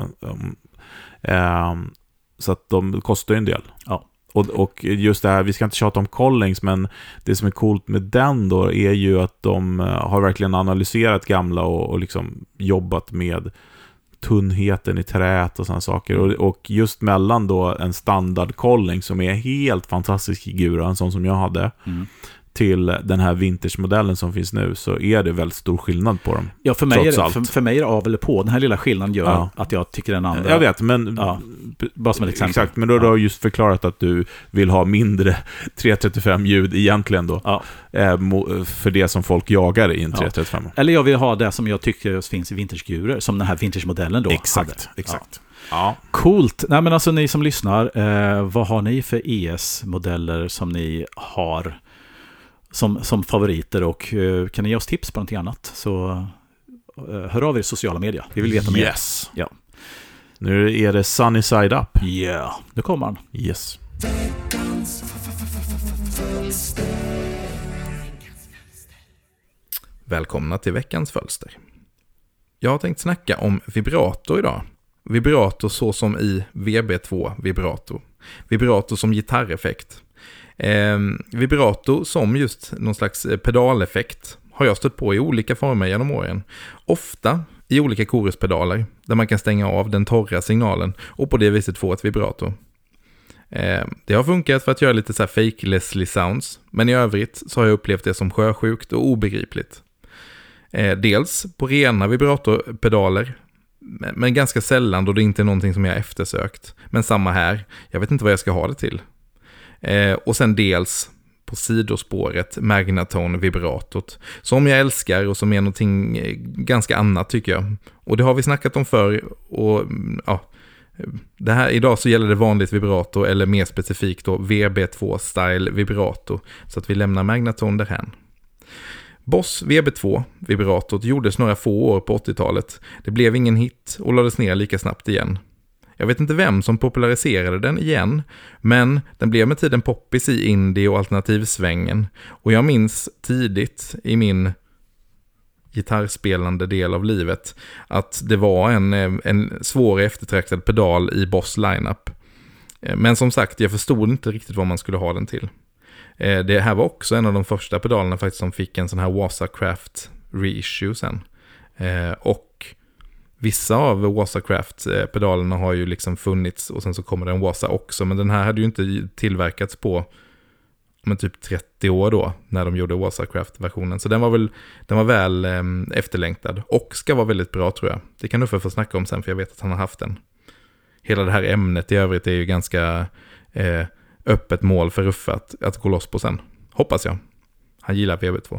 Så att de kostar ju en del. Ja. Och just det här, vi ska inte tjata om Collins, men det som är coolt med den då är ju att de har verkligen analyserat gamla och liksom jobbat med tunnheten i trät och sådana saker. Och just mellan då en standard Collins som är helt fantastisk figur, en sån som jag hade, till den här vintage-modellen som finns nu, så är det väldigt stor skillnad på dem. Ja, för mig är det av eller på. Den här lilla skillnaden gör att jag tycker den andra... Jag vet, men... Ja, bara som ett exempel. Exakt, men då har du just förklarat att du vill ha mindre 335-ljud egentligen då. Ja. För det som folk jagar i en 335. Eller jag vill ha det som jag tycker finns i vintage-gurer, som den här vintage-modellen då. Exakt. Ja. Coolt. Nej, men alltså ni som lyssnar, vad har ni för ES-modeller som ni har som favoriter, och kan ni ge oss tips på någonting annat, så hör av er i sociala medier. Vi vill veta mer. Yes. Ja. Nu är det Sunny Side Up. Ja, yeah. Nu kommer han. Yes. Välkomna till veckans fölster. Jag har tänkt snacka om vibrato idag. Vibrato så som i VB2 vibrato. Vibrato som gitarreffekt. Vibrato som just någon slags pedaleffekt har jag stött på i olika former genom åren. Ofta i olika koruspedaler där man kan stänga av den torra signalen och på det viset få ett vibrato. Det har funkat för att göra lite så här fake Leslie sounds, men i övrigt så har jag upplevt det som sjösjukt och obegripligt. Dels på rena vibratopedaler, men ganska sällan då det inte är någonting som jag eftersökt. Men samma här, jag vet inte vad jag ska ha det till. Och sen dels på sidospåret Magnatone vibratot, som jag älskar och som är någonting ganska annat tycker jag. Och det har vi snackat om förr och ja, det här, idag så gäller det vanligt vibrato eller mer specifikt då VB2 style vibrato, så att vi lämnar Magnatone därhän. Boss VB2 vibratot gjordes några få år på 80-talet. Det blev ingen hit och lades ner lika snabbt igen. Jag vet inte vem som populariserade den igen, men den blev med tiden poppis i indie- och alternativsvängen. Och jag minns tidigt i min gitarrspelande del av livet att det var en svår eftertraktad pedal i Boss lineup. Men som sagt, jag förstod inte riktigt vad man skulle ha den till. Det här var också en av de första pedalerna faktiskt som fick en sån här Wazacraft reissue sen. Och vissa av Wazacraft-pedalerna har ju liksom funnits och sen så kommer det en Waza också. Men den här hade ju inte tillverkats på typ 30 år då när de gjorde Wazacraft-versionen. Så den var väl efterlängtad och ska vara väldigt bra tror jag. Det kan Uffe få snacka om sen för jag vet att han har haft den. Hela det här ämnet i övrigt är ju ganska öppet mål för Uffe att gå loss på sen. Hoppas jag. Han gillar VB2.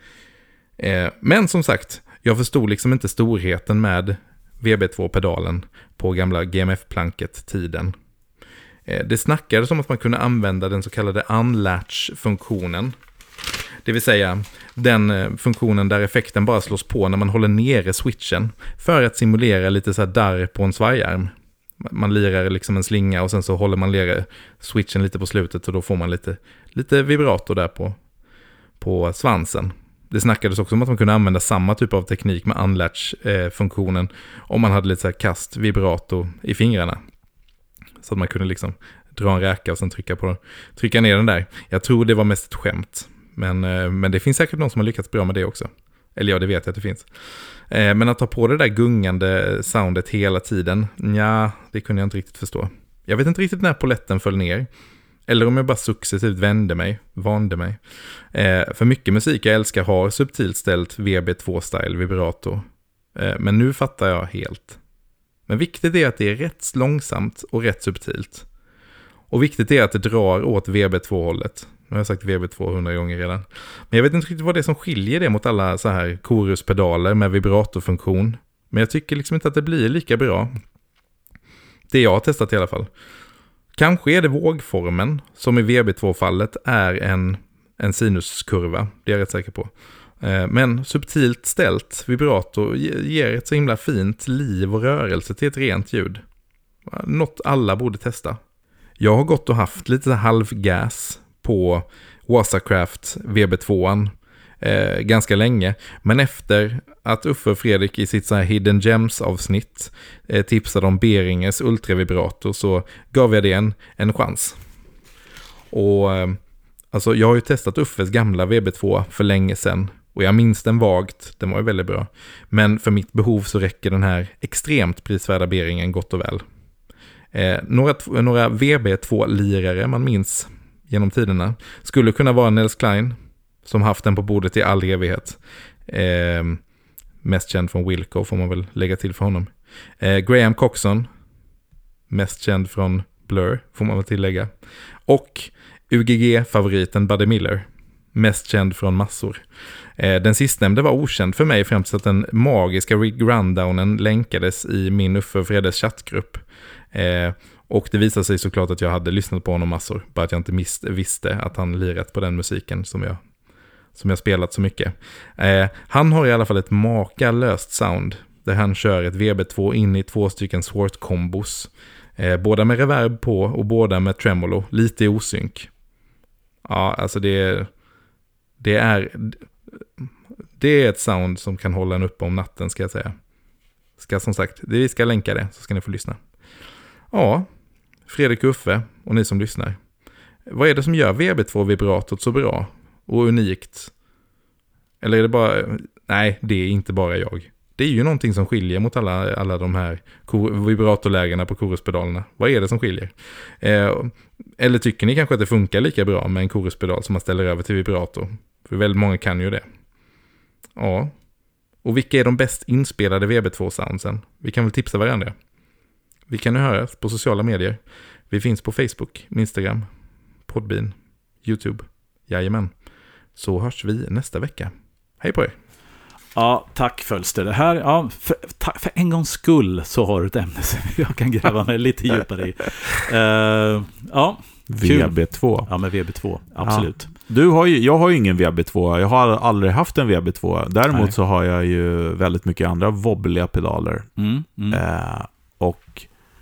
Men som sagt, jag förstod liksom inte storheten med VB2-pedalen på gamla GMF-planket-tiden. Det snackades om att man kunde använda den så kallade unlatch-funktionen. Det vill säga den funktionen där effekten bara slås på när man håller nere switchen för att simulera lite så här darr på en svajarm. Man lirar liksom en slinga och sen så håller man nere switchen lite på slutet och då får man lite vibrato där på svansen. Det snackades också om att man kunde använda samma typ av teknik med unlatch-funktionen om man hade lite så här kast vibrato i fingrarna. Så att man kunde liksom dra en räka och sen trycka ner den där. Jag tror det var mest ett skämt. Men det finns säkert någon som har lyckats bra med det också. Eller ja, det vet jag att det finns. Men att ta på det där gungande soundet hela tiden, ja, det kunde jag inte riktigt förstå. Jag vet inte riktigt när poletten föll ner. Eller om jag bara successivt vande mig. För mycket musik jag älskar har subtilt ställt VB2-style vibrato. Men nu fattar jag helt. Men viktigt är att det är rätt långsamt och rätt subtilt. Och viktigt är att det drar åt VB2-hållet. Nu har jag sagt VB2 100 gånger redan. Men jag vet inte riktigt vad det är som skiljer det mot alla så här koruspedaler med vibratofunktion. Men jag tycker liksom inte att det blir lika bra. Det jag har testat i alla fall. Kanske är det vågformen som i VB2-fallet är en sinuskurva. Det är jag rätt säker på. Men subtilt ställt vibrato ger ett så himla fint liv och rörelse till ett rent ljud. Något alla borde testa. Jag har gått och haft lite halvgas på Wazacraft VB2an ganska länge. Men efter att Uffe och Fredrik i sitt så här Hidden Gems-avsnitt tipsade om Behringers ultravibrato så gav jag det en chans. Och alltså jag har ju testat Uffes gamla VB2 för länge sedan. Och jag minns den vagt, den var ju väldigt bra. Men för mitt behov så räcker den här extremt prisvärda Behringen gott och väl. Några VB2-lirare man minns genom tiderna skulle kunna vara Nels Cline som haft den på bordet i all evighet. Mest känd från Wilco får man väl lägga till för honom. Graham Coxon, mest känd från Blur får man väl tillägga. Och UGG-favoriten Buddy Miller, mest känd från massor. Den sistnämnde var okänd för mig främst att den magiska Rig Rundownen länkades i min Uffe och Fredes chattgrupp. Och det visade sig såklart att jag hade lyssnat på honom massor, bara att jag inte visste att han lirat på den musiken som jag spelat så mycket. Han har i alla fall ett makalöst sound där han kör ett VB2 in i 2 stycken Swart-kombos. Båda med reverb på och båda med tremolo, lite i osynk. Ja, alltså det Det är ett sound som kan hålla en uppe om natten, ska jag säga. Som sagt, vi ska länka det så ska ni få lyssna. Ja, Fredrik och Uffe och ni som lyssnar. Vad är det som gör VB2-vibratot så bra och unikt? Eller är det bara... Nej, det är inte bara jag. Det är ju någonting som skiljer mot alla de här vibratorlägena på koruspedalerna. Vad är det som skiljer? Eller tycker ni kanske att det funkar lika bra med en koruspedal som man ställer över till vibrator? För väldigt många kan ju det. Ja. Och vilka är de bäst inspelade VB2-soundsen? Vi kan väl tipsa varandra. Vi kan nu höras på sociala medier. Vi finns på Facebook, Instagram, Podbean, YouTube. Jajamän. Så hörs vi nästa vecka. Hej på er! Ja, tack Fölster. Det här, ja, för en gångs skull så har du ett ämne som jag kan gräva mig lite djupare i. Ja, VB2. Ja, med VB2, absolut. Ja. Jag har ju ingen VB2. Jag har aldrig haft en VB2. Däremot så har jag ju väldigt mycket andra wobbliga pedaler. Och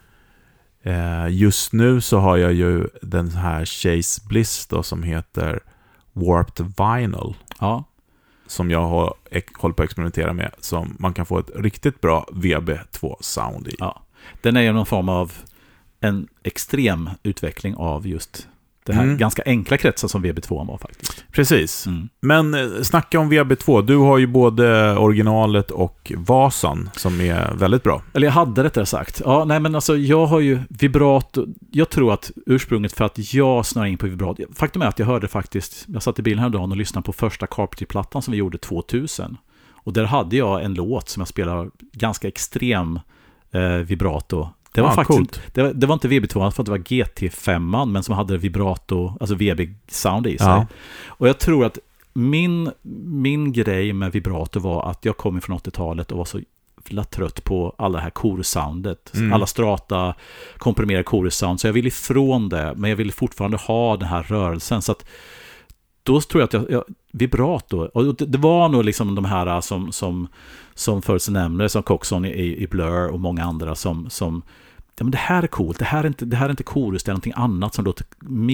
just nu så har jag ju den här Chase Bliss då, som heter Warped Vinyl. Ja. Som jag håller på att experimentera med. Som man kan få ett riktigt bra VB2-sound i. Ja. Den är ju någon form av en extrem utveckling av just det här ganska enkla kretsen som VB2 var faktiskt. Precis. Men snacka om VB2. Du har ju både originalet och Vasan som är väldigt bra. Eller jag hade rättare sagt. Ja, nej men alltså jag har ju vibrato. Jag tror att ursprunget för att jag snör in på vibrato. Faktum är att jag hörde faktiskt, jag satt i bilen här dagen och lyssnade på första Carpentry-plattan som vi gjorde 2000. Och där hade jag en låt som jag spelade ganska extrem vibrato. Det var faktiskt det var inte VB2 för att det var GT5 men som hade vibrato, alltså VB-sound i sig. Ja. Och jag tror att min grej med vibrato var att jag kom från 80-talet och var så trött på alla det här chorussoundet. Alla strata komprimerade chorussound. Så jag ville ifrån det, men jag ville fortfarande ha den här rörelsen. Så att då tror jag att jag vibrato, och det var nog liksom de här som förut nämnde, som Coxon i Blur och många andra som ja, men det här är coolt, det här är inte chorus, det är någonting annat som låter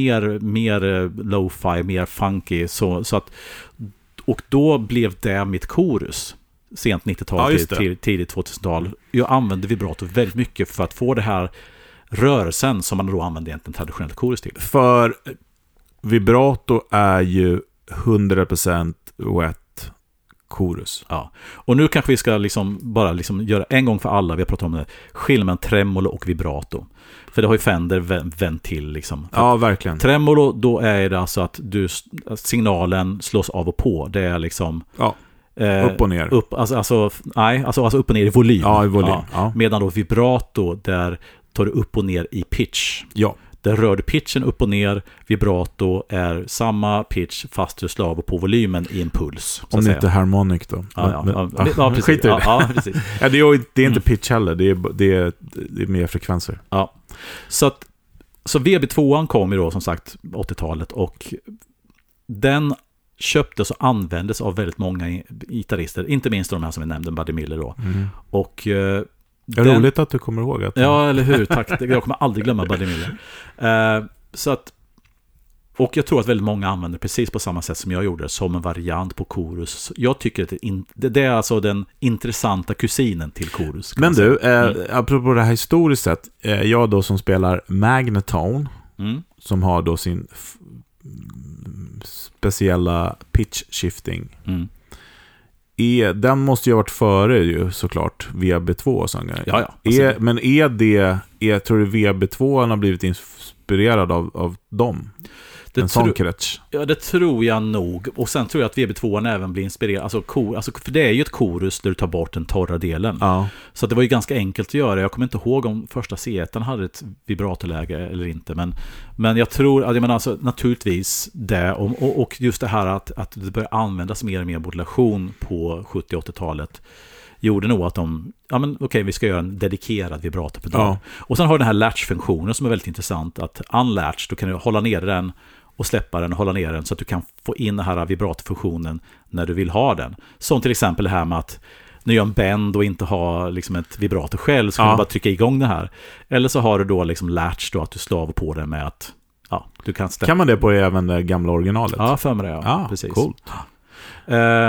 mer lo-fi, mer funky, så att, och då blev det mitt chorus sent 90-tal till tidigt 2000-tal. Jag använde vibrato väldigt mycket för att få det här rörelsen som man då använde egentligen traditionellt chorus till. För vibrato är ju 100% wet chorus. Ja. Och nu kanske vi ska bara göra en gång för alla, vi har pratat om det, skillnaden mellan tremolo och vibrato. För det har ju Fender vänt till Ja, verkligen. Tremolo, då är det alltså att signalen slås av och på. Det är upp och ner. Alltså upp och ner i volym. Ja, i volym. Ja. Medan då vibrato, där tar du upp och ner i pitch. Ja. Där rör du pitchen upp och ner. Vibrato är samma pitch fast du slår av på volymen i en puls. Om det inte är harmonic då. Precis. Ja, precis. Ja, det är inte pitch heller. Det är mer frekvenser. Ja. Så VB2an kom ju då som sagt 80-talet och den köptes och användes av väldigt många gitarrister. Inte minst de här som vi nämnde, Buddy Miller då. Och det är roligt att du kommer ihåg att... Ja, eller hur? Tack. Jag kommer aldrig glömma Buddy Miller. Och jag tror att väldigt många använder precis på samma sätt som jag gjorde, som en variant på chorus. Jag tycker att det är alltså den intressanta kusinen till chorus. Men du, apropå det här historiskt sett, jag då som spelar Magnetone, som har då sin speciella pitch shifting. Den måste ju ha varit före ju såklart VB2 sångare. Ja. Men tror du VB2 har blivit inspirerad av dem? Ja, det tror jag nog. Och sen tror jag att VB2 även blir inspirerad. Alltså, för det är ju ett chorus där du tar bort den torra delen. Ja. Så det var ju ganska enkelt att göra. Jag kommer inte ihåg om första C1 hade ett vibratoläge eller inte. Men jag tror, alltså, naturligtvis det. Och just det här att det börjar användas mer och mer modulation på 70- och 80-talet gjorde nog att vi ska göra en dedikerad vibratopedal. Ja. Och sen har den här latch-funktionen som är väldigt intressant. Att unlatch, då kan du hålla ner den och släppa den och hålla ner den så att du kan få in den här vibratorfunktionen när du vill ha den. Som till exempel det här med att när jag en bend och inte har ett vibrator själv så kan du bara trycka igång det här. Eller så har du då latch då, att du slår av på den med att du kan stäppa. Kan man det på även det gamla originalet? Ja, för mig det. Ja, precis. Coolt.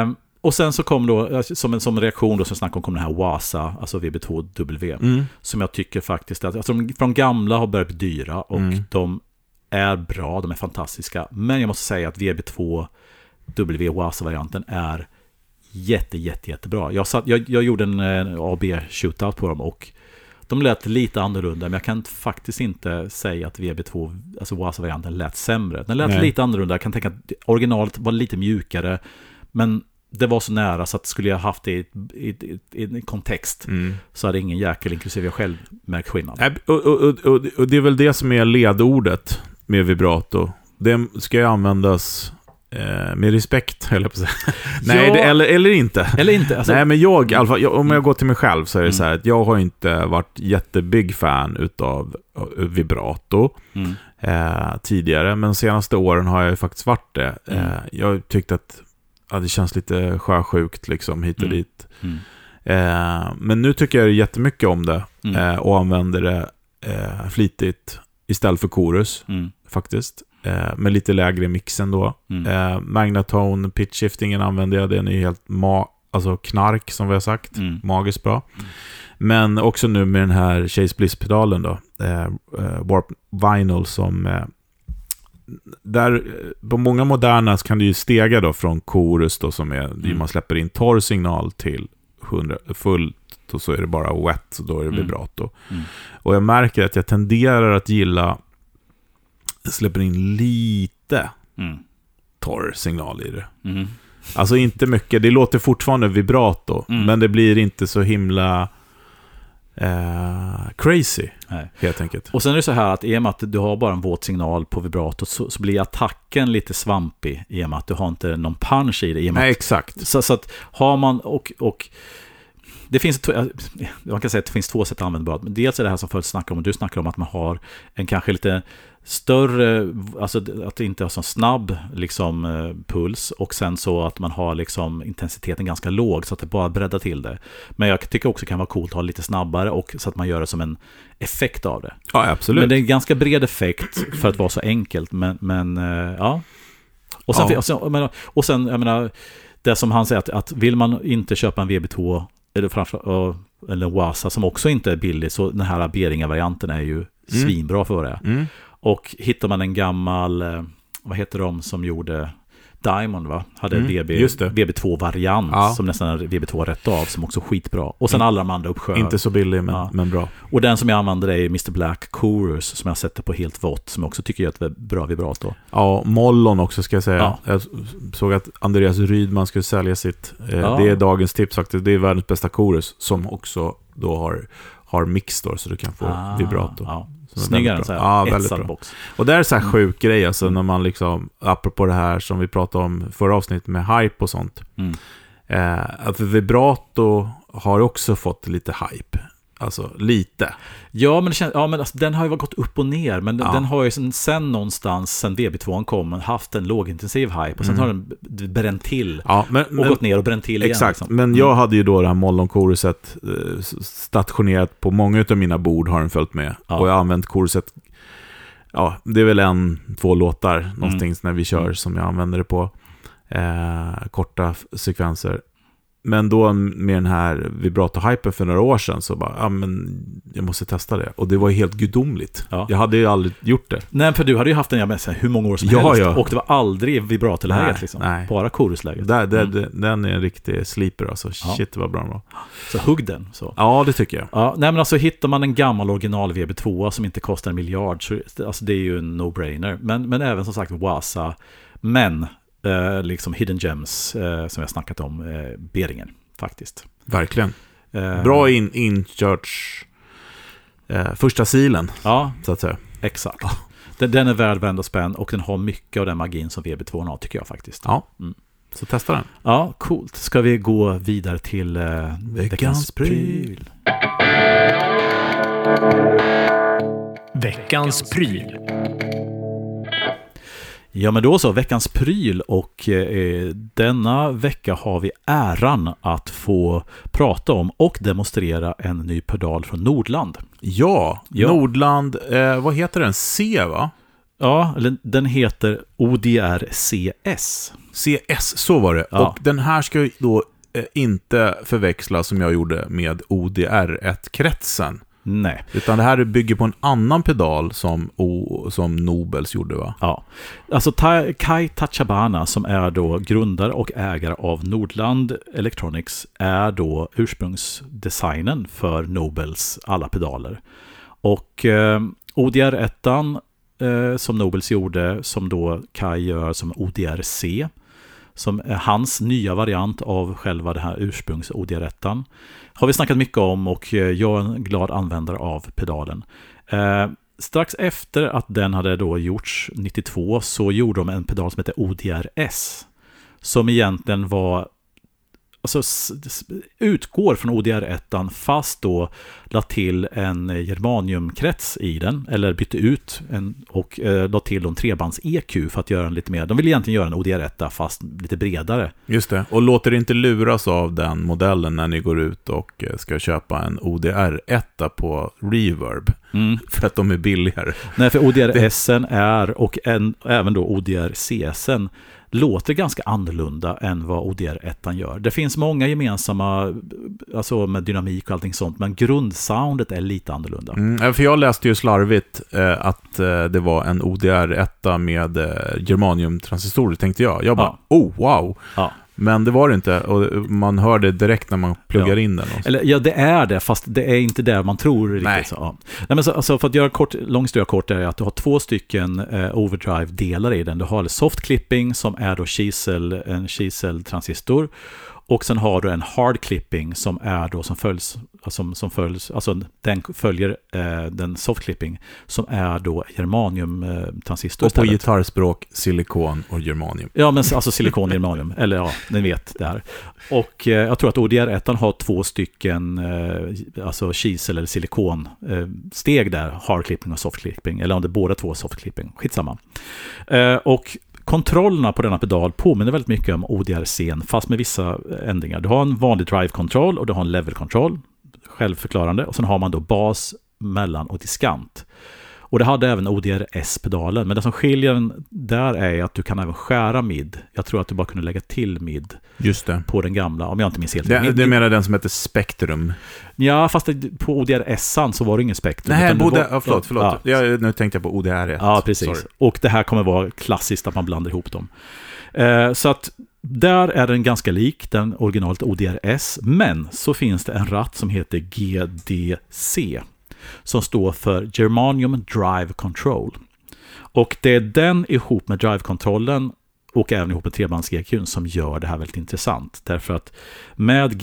Och sen så kom då, som reaktion då, så snackade om den här Wasa, alltså VB2W, som jag tycker faktiskt att alltså, de gamla har börjat bli dyra och de är bra, de är fantastiska. Men jag måste säga att VB2W Wasa-varianten är jättebra. Jag gjorde en A-B-shootout på dem och de lät lite annorlunda, men jag kan faktiskt inte säga att VB2, alltså Wasa-varianten, lät sämre. Den lät lite annorlunda. Jag kan tänka att originalet var lite mjukare, men det var så nära så att skulle jag haft det i en kontext så hade ingen jäkel, inklusive jag själv, märkt skillnad. Och det är väl det som är ledordet med vibrato. Det ska ju användas med respekt, höll jag på att säga. Nej, Ja. Eller inte. Eller inte. Alltså, Nej, men i alla fall, om jag går till mig själv så är det så här att jag har inte varit jättebig fan utav vibrato tidigare, men de senaste åren har jag ju faktiskt varit det. Jag har tyckt att det känns lite sjösjukt liksom hit och dit. Men nu tycker jag jättemycket om det och använder det flitigt istället för chorus faktiskt. Med lite lägre mixen då. Magnatone, pitch shiftingen använder jag. Den är helt alltså knark som vi har sagt. Magiskt bra. Men också nu med den här Chase Bliss-pedalen då. Warp Vinyl som där på många moderna kan du ju stega då från chorus då som är man släpper in torr signal till 100 fullt och så är det bara wet, så då är det vibrato. Och jag märker att jag tenderar att gilla släpper in lite torr signal i det. Alltså inte mycket. Det låter fortfarande vibrato, men det blir inte så himla crazy. Nej. Helt enkelt. Och sen är det så här att i och med att du har bara en våt signal på vibrato så blir attacken lite svampig i och med att du har inte någon punch i det. Nej, exakt. Så att har man och det finns man kan säga att det finns två sätt att använda vibrato. Dels är det här som förut snackade om, och du snackar om att man har en kanske lite större, alltså att det inte har så snabb liksom puls, och sen så att man har liksom intensiteten ganska låg så att det bara breddar till det. Men jag tycker också det kan vara coolt att ha lite snabbare och så att man gör det som en effekt av det. Ja, absolut. Men det är en ganska bred effekt för att vara så enkelt, men ja. Och sen jag menar det som han säger att vill man inte köpa en VB2 eller Wasa som också inte är billig, så den här Behringer-varianten är ju svinbra för det. Och hittar man en gammal, vad heter de som gjorde Diamond, va? Hade VB2-variant som nästan är VB2 rätt av, som också är skitbra. Och sen alla de andra uppsjöar. Inte så billig, men bra. Och den som jag använder är Mr. Black Chorus, som jag sätter på helt vått, som jag också tycker är ett bra vibrato. Ja, Mollon också ska jag säga. Ja. Jag såg att Andreas Rydman skulle sälja sitt. Det är dagens tips faktiskt. Det är världens bästa chorus, som också då har mix då, så du kan få vibrato. Ja. Snyggare så här, väldigt bra. Box. Och det är så här sjuk grej alltså, när man liksom, apropå det här som vi pratade om förra avsnittet med hype och sånt. Att vibrato har också fått lite hype. Alltså lite. Ja, men det känns, men alltså, den har ju gått upp och ner, men den har ju sen någonstans, sen VB2 kom, haft en lågintensiv hype, och sen har den bränt till och gått ner och bränt till igen. Exakt, liksom. Men jag hade ju då det här Mollon-choruset stationerat på många av mina bord, har den följt med. Och jag har använt choruset, det är väl 1-2 låtar någonstans när vi kör som jag använder det på. Korta sekvenser. Men då med den här vibrato-hypen för några år sedan så bara, men jag måste testa det. Och det var helt gudomligt. Ja. Jag hade ju aldrig gjort det. Nej, för du hade ju haft den hur många år som helst. Och det var aldrig vibratoläget liksom. Nej. Bara chorusläget. Den är en riktig sleeper alltså. Shit, det var bra. Så hugg den. Så. Ja, det tycker jag. Ja, nej, men alltså hittar man en gammal original VB2 som inte kostar 1 miljard, så alltså, det är ju en no-brainer. Men även som sagt Wasa. Men liksom Hidden Gems som jag snackat om, Behringer faktiskt. Verkligen. Bra inchurch första silen. Ja, så att säga. Exakt. Den är värd varenda spänn, och den har mycket av den magin som VB2 har, tycker jag faktiskt. Ja. Så testa den. Ja, coolt. Ska vi gå vidare till veckans pryl. Veckans pryl. Ja, men då så, veckans pryl, och denna vecka har vi äran att få prata om och demonstrera en ny pedal från Nordland. Ja. Nordland, vad heter den? C, va? Ja, den heter ODR CS. CS, så var det. Ja. Och den här ska ju då inte förväxla som jag gjorde med ODR1-kretsen. Nej. Utan det här bygger på en annan pedal som Nobels gjorde, va? Ja. Alltså Kai Tachabana, som är då grundare och ägare av Nordland Electronics, är då ursprungsdesignen för Nobels alla pedaler. Och ODR1 som Nobels gjorde, som då Kai gör som ODR-C, som är hans nya variant av själva det här ursprungs ODR1, har vi snackat mycket om, och jag är en glad användare av pedalen. Strax efter att den hade då gjorts 92 så gjorde de en pedal som heter ODR-S, som egentligen var, alltså utgår från ODR1 fast då la till en germaniumkrets i den, eller bytte ut och la till en trebands EQ för att göra den lite mer. De vill egentligen göra en ODR1 fast lite bredare. Just det, och låter inte luras av den modellen när ni går ut och ska köpa en ODR1 på Reverb. För att de är billigare. Nej, för ODR-S'en är, och även då ODR-CSen låter ganska annorlunda än vad ODR1 gör. Det finns många gemensamma, alltså med dynamik och allting sånt, men grundsoundet är lite annorlunda. För jag läste ju slarvigt att det var en ODR1 med germanium-transistorer, tänkte jag. Jag bara, wow! Ja. Men det var det inte, och man hör det direkt när man pluggar in den. Eller, det är det, fast det är inte där man tror riktigt. Nej. Så, ja. Nej, men alltså, för att göra lång historia kort är att du har 2 stycken overdrive-delar i den. Du har soft clipping som är då en Kisel-transistor, och sen har du en hard clipping som är då den följer den soft clipping som är då germanium-transistor. Och på gitarrspråk silikon och germanium. Ja, men alltså silikon och germanium, eller ja, ni vet det här. Och jag tror att ODR1 har 2 stycken alltså kisel eller silikon steg där, hard clipping och soft clipping, eller om det är båda 2 soft clipping, skitsamma. Och kontrollerna på denna pedal påminner väldigt mycket om ODR-scen, fast med vissa ändringar. Du har en vanlig drive-kontroll och du har en level-kontroll, självförklarande, och sen har man då bas, mellan och diskant. Och det hade även ODR-S-pedalen, men det som skiljer den där är att du kan även skära mid. Jag tror att du bara kunde lägga till mid. Just det. På den gamla, om jag inte minns helt. Det menar den som heter Spektrum. Ja, fast på ODR-S-an så var det ingen Spektrum. Nej, förlåt. Ja. Nu tänkte jag på ODR1. Ja, precis. Sorry. Och det här kommer vara klassiskt att man blandar ihop dem. Så att där är den ganska lik den originalet ODR-S, men så finns det en ratt som heter GDC, som står för Germanium Drive Control. Och det är den ihop med drive-kontrollen och även ihop med trebands-EQ:n som gör det här väldigt intressant. Därför att med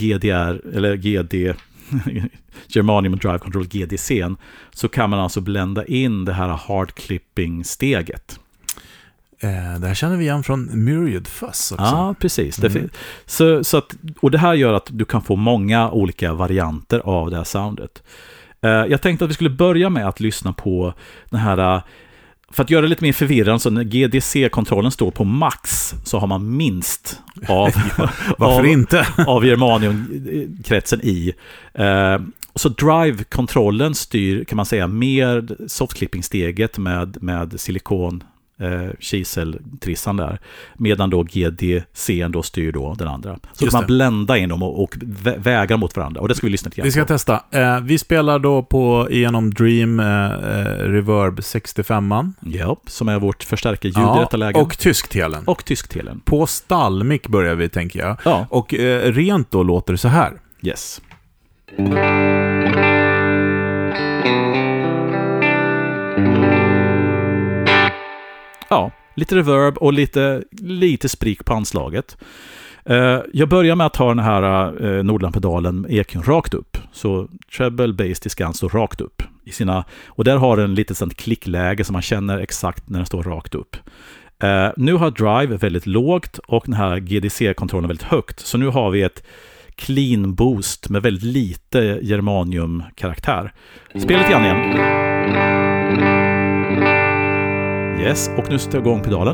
Germanium Drive Control, GDC, så kan man alltså blända in det här hard clipping-steget. Det här känner vi igen från Myriad Fuzz också. Ja, precis. Så att, och det här gör att du kan få många olika varianter av det här soundet. Jag tänkte att vi skulle börja med att lyssna på den här, för att göra det lite mer förvirrande, så när GDC-kontrollen står på max så har man minst av varför inte? Av germanium-kretsen i. Så drive-kontrollen styr, kan man säga, mer soft-clipping-steget med silikon kiseltrissan där, medan då GDC då styr då den andra. Så kan man blända in dem och väga mot varandra, och det ska vi lyssna till. Vi ska testa. Vi spelar då igenom Dream Reverb 65an. Ja, som är vårt förstärkarljud i detta läge. Och tysktelen. På stallmick börjar vi, tänker jag. Ja. Och rent då låter det så här. Yes. Ja, lite reverb och lite sprik på anslaget. Jag börjar med att ta den här Nordland-pedalen EQ:n rakt upp. Så treble, bass, diskant står rakt upp. Och där har den lite sånt klickläge som man känner exakt när den står rakt upp. Nu har drive väldigt lågt och den här GDC-kontrollen väldigt högt. Så nu har vi ett clean boost med väldigt lite germanium-karaktär. Spela lite grann igen. Yes, och nu sätter jag igång pedalen.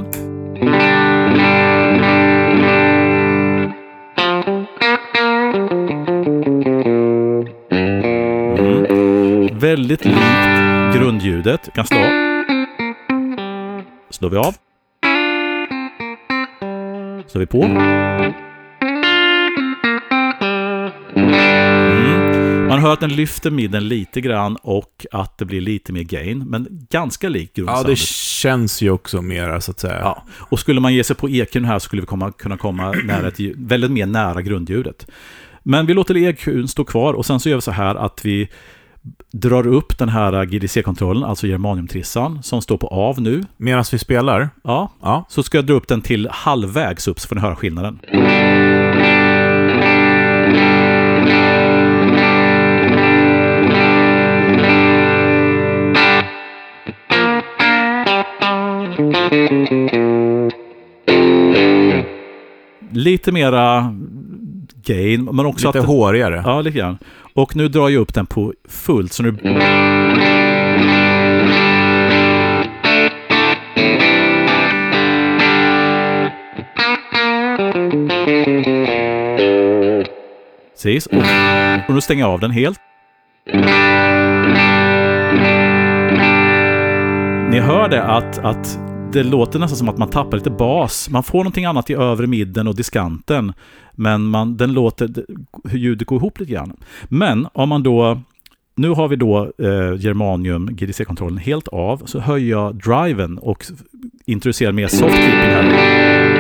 Väldigt likt grundljudet. Kan slår vi av. Så är vi på. Man hör att den lyfter midden lite grann och att det blir lite mer gain, men ganska lik grundsoundet. Ja, det känns ju också mer så att säga. Ja, och skulle man ge sig på EQ:n här skulle vi kunna komma nära väldigt mer nära grundljudet. Men vi låter EQ:n stå kvar och sen så gör vi så här att vi drar upp den här GDC-kontrollen, alltså germaniumtrissan, som står på av nu. Medan vi spelar? Ja, så ska jag dra upp den till halvvägs upp så får ni höra skillnaden. Lite mera gain, men också lite hårigare. Ja, lite grann. Och nu drar jag upp den på fullt, så nu... Precis, och nu stänger jag av den helt. Ni hör det att det låter nästan som att man tappar lite bas. Man får någonting annat i övre midden och diskanten. Men den låter, ljudet går ihop lite grann. Men om man då, nu har vi då Germanium GDC-kontrollen helt av. Så höjer jag driven och introducerar mer soft clipping här.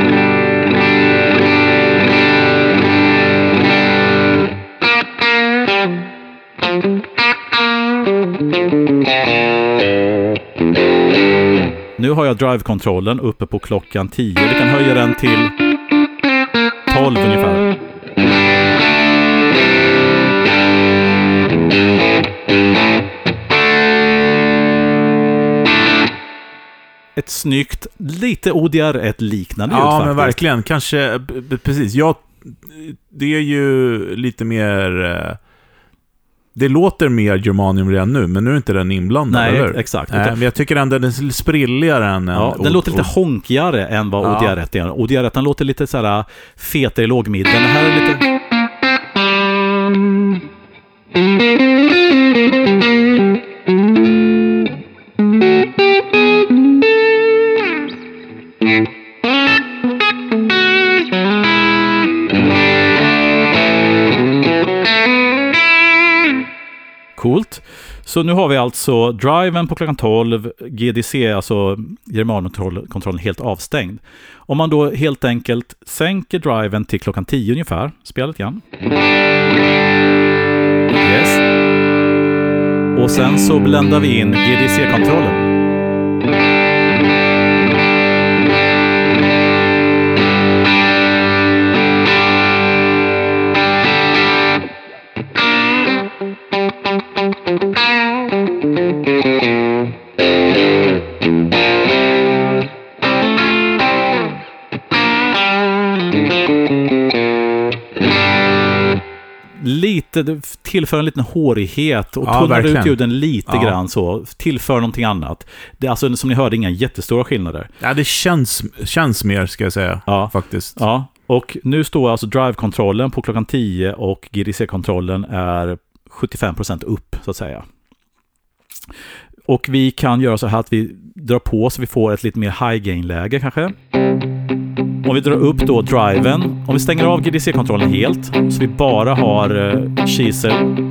Nu har jag drive-kontrollen uppe på klockan 10. Vi kan höja den till 12 ungefär. Ett snyggt, lite ODR1-liknande ljud Ja, faktiskt. men verkligen. Kanske, precis. Det är ju lite mer... Det låter mer Germanium redan nu, men nu är inte den inblandad. Nej, eller? exakt. Men jag tycker ändå den är sprilligare än... Den låter lite honkigare än vad ODR1 är. ODR1 låter lite så här fetare i lågmidden. Den här är lite... Coolt. Så nu har vi alltså driven på klockan 12, GDC, alltså Germanium-kontrollen helt avstängd. Om man då helt enkelt sänker driven till klockan 10 ungefär, spelet igen. Yes. Och sen så bländar vi in GDC-kontrollen. Lite, tillför en liten hårighet och tunnar ut ljuden lite grann så, tillför någonting annat. Det är alltså, som ni hörde, inga jättestora skillnader. Ja, det känns mer, ska jag säga, faktiskt. Ja, och nu står alltså drive-kontrollen på klockan 10 och GDC-kontrollen är 75% upp, så att säga. Och vi kan göra så här att vi drar på så vi får ett lite mer high-gain-läge kanske. Om vi drar upp då driven, om vi stänger av GDC-kontrollen helt så vi bara har Cheezer.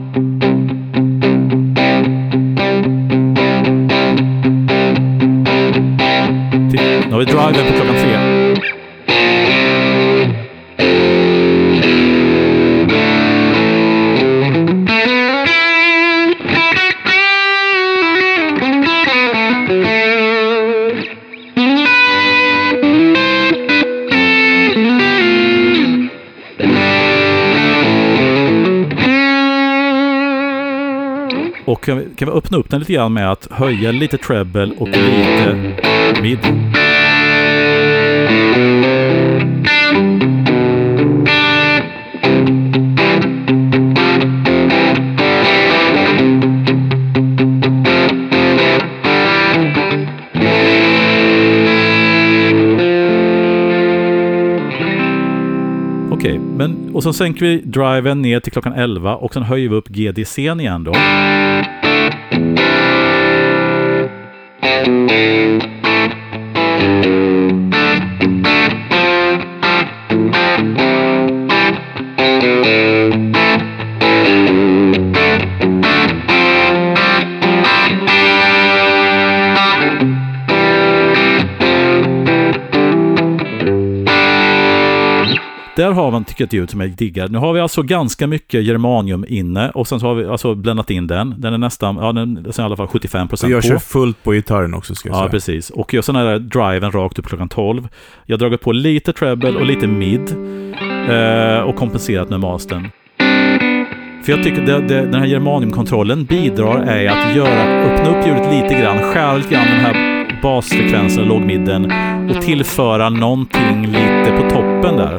Nu har vi driven på klockan 3. Och kan vi öppna upp den lite grann med att höja lite treble och lite mid. Okej, men och så sänker vi driven ner till klockan 11 och sen höjer vi upp GDC:n igen då. där har man tycker ett ljud som jag diggar. Nu har vi alltså ganska mycket germanium inne och sen så har vi alltså bländat in den. Den är nästan, den är i alla fall 75% på. Jag kör fullt på gitarren också ska jag säga. Ja, precis. Och jag sån här driven rakt upp klockan 12. Jag har dragit på lite treble och lite mid och kompenserat med mastern. För jag tycker den här germaniumkontrollen bidrar är att öppna upp ljudet lite grann, skära lite grann den här basfrekvensen, lågmidden och tillföra någonting lite på toppen där.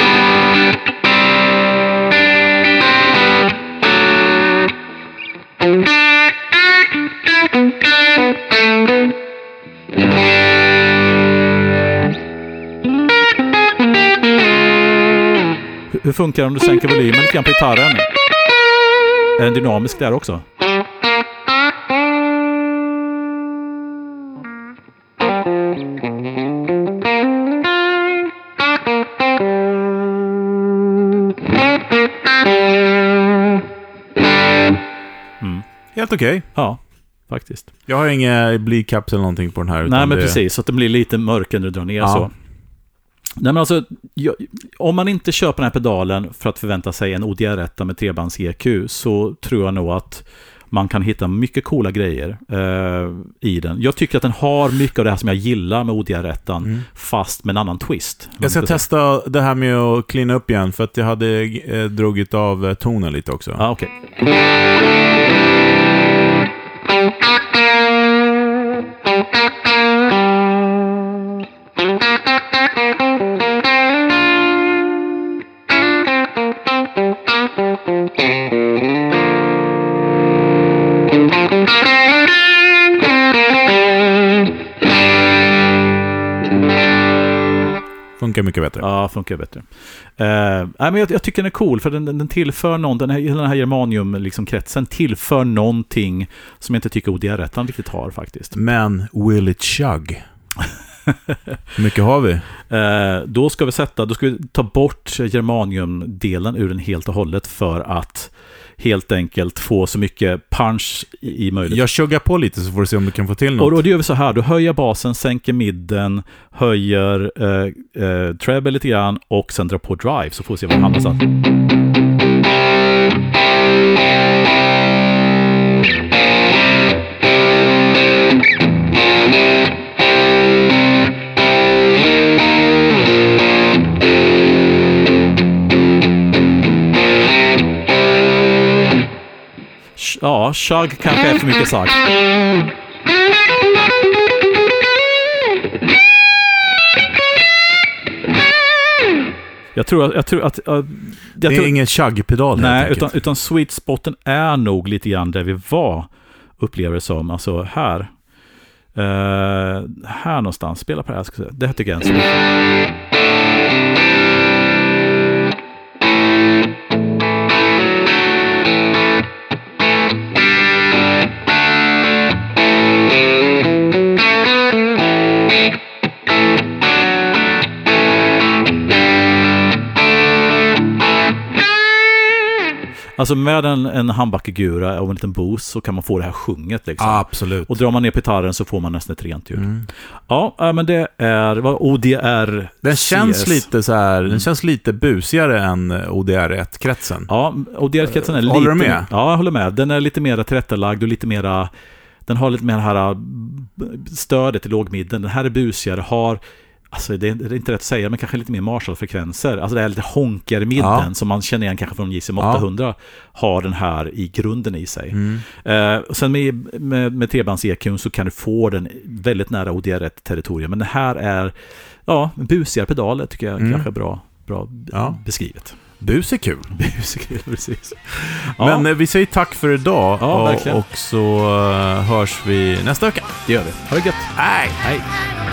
Hur funkar det om du sänker volymen lite grann på gitarren? Är den dynamisk där också? Helt okej. Ja, faktiskt. Jag har inga bleedcaps eller någonting på den här. Nej, men precis. Så att det blir lite mörkare när du drar ner så. Nej, men alltså, om man inte köper den här pedalen för att förvänta sig en ODR-etta med 3-bands EQ så tror jag nog att man kan hitta mycket coola grejer i den. Jag tycker att den har mycket av det här som jag gillar med ODR-ettan fast med en annan twist. Jag ska testa det här med att cleana upp igen för att jag hade dragit av tonen lite också. Ja, okej. Funkar mycket bättre. Ja, funkar bättre. Men jag tycker den är cool för den tillför den här germanium liksom kretsen tillför någonting som jag inte tycker ODR-ettan riktigt har faktiskt. Men will it chug? Hur mycket har vi? Då ska vi ta bort germanium-delen ur den helt och hållet för att helt enkelt få så mycket punch i möjligt. Jag chuggar på lite så får du se om du kan få till något. Och då gör vi så här, du höjer basen, sänker midden, höjer treble lite grann och sen drar på drive så får vi se vad det hamnar så. Ja, chug kanske är för mycket sagt. Jag tror att det är ingen chug-pedal. Nej, utan sweet spoten är nog lite grann där vi var, upplever det som. Alltså här någonstans. Spela på det här, ska jag säga. Det här tycker jag är en Alltså med en handbackegura och en liten boost så kan man få det här sjunget liksom. Absolut. Och drar man ner på gitarren så får man nästan ett rent ljud. Ja, men det är ODR. Den känns lite så här, den känns lite busigare än ODR1-kretsen. Ja, ODR-kretsen är lite. Håller du med? Ja, jag håller med. Den är lite mer tillrättalagd och lite mera, den har lite mer det här stödet i lågmidden. Den här är busigare, alltså det är inte rätt att säga, men kanske lite mer Marshall-frekvenser. Alltså det är lite honkigare midden som man känner igen kanske från JCM 800 har den här i grunden i sig. Sen med 3-bands EQ så kan du få den väldigt nära ODR1-territorium. Men det här är busigare pedaler tycker jag kanske är bra beskrivet. Bus är kul. Bus är kul, precis. Men vi säger tack för idag och så hörs vi nästa vecka. Det gör vi. Ha det gött. Hej!